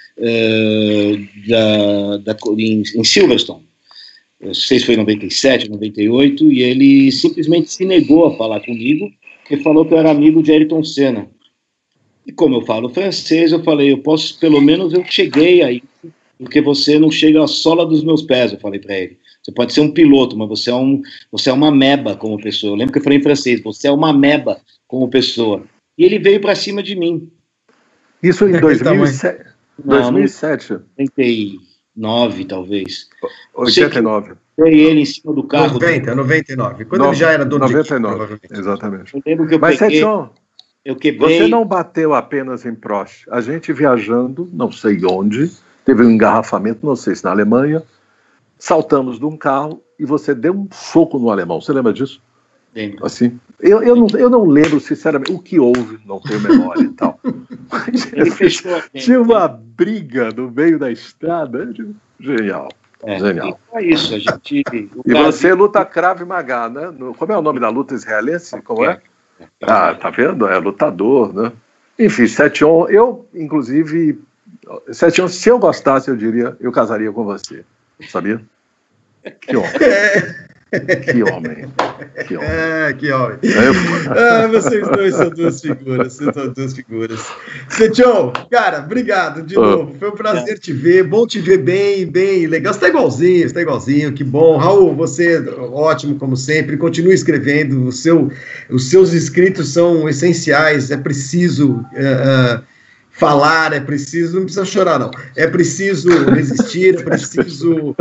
S3: em Silverstone, não sei se foi em 97, 98, e ele simplesmente se negou a falar comigo, porque falou que eu era amigo de Ayrton Senna. E como eu falo francês, eu falei, pelo menos eu cheguei aí, porque você não chega à sola dos meus pés, eu falei para ele. Você pode ser um piloto, mas você é uma meba como pessoa. Eu lembro que eu falei em francês, você é uma meba como pessoa. E ele veio para cima de mim.
S2: Isso em 2007? 2007.
S3: 89, talvez.
S2: 89.
S3: Veio ele em cima do carro.
S1: 99. Quando ele já era dono
S2: 99, de equipe, exatamente.
S3: Eu lembro que eu
S2: Mas,
S3: peguei...
S2: Setião, você não bateu apenas em Prost. A gente viajando, não sei onde, teve um engarrafamento, não sei se na Alemanha, saltamos de um carro e você deu um soco no alemão. Você lembra disso?
S3: Lembro.
S2: Assim, eu não lembro, sinceramente, o que houve, não tenho memória e tal. Mas,
S3: Ele fechou
S2: tinha uma briga no meio da estrada, genial. Genial.
S3: É isso, a gente...
S2: E você luta Krav Maga, né? Como é o nome da luta israelense? Como é? Tá vendo? É lutador, né? Enfim, Setião, inclusive, Setião, se eu gostasse, eu diria, eu casaria com você. Sabia? Que honra. Que homem. Que homem.
S1: Que homem. Vocês dois são duas figuras. Setião, cara, obrigado de novo. Foi um prazer te ver. Bom te ver bem legal. Você está igualzinho, que bom. Raul, você ótimo, como sempre. Continue escrevendo. Os seus escritos são essenciais. É preciso falar, é preciso. Não precisa chorar, não. É preciso resistir, é preciso.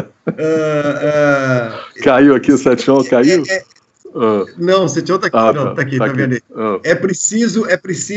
S2: Caiu aqui o Setião, caiu?
S1: Não, o Setião está aqui, tá vendo? É preciso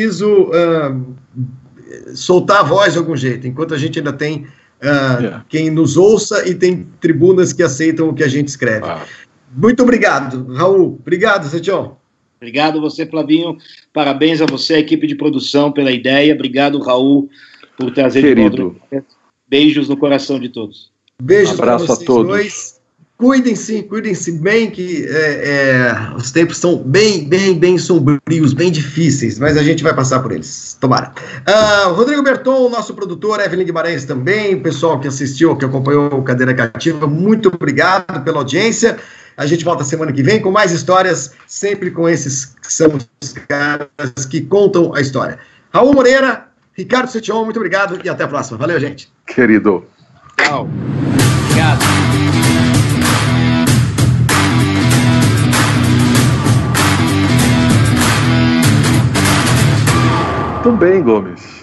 S1: soltar a voz de algum jeito, enquanto a gente ainda tem quem nos ouça e tem tribunas que aceitam o que a gente escreve. Muito obrigado, Raul. Obrigado, Setião.
S3: Obrigado você, Flavinho. Parabéns a você, a equipe de produção, pela ideia. Obrigado, Raul, por trazer de volta. Beijos no coração de todos.
S1: Beijos para vocês dois. Cuidem-se bem, que os tempos são bem sombrios, bem difíceis, mas a gente vai passar por eles. Tomara. Rodrigo Berton, nosso produtor, Evelyn Guimarães também, o pessoal que assistiu, que acompanhou o Cadeira Cativa, muito obrigado pela audiência. A gente volta semana que vem com mais histórias, sempre com esses que são os caras que contam a história. Raul Moreira, Ricardo Setião, muito obrigado e até a próxima. Valeu, gente.
S2: Querido.
S3: Tchau. Obrigado.
S2: Tudo bem, Gomes.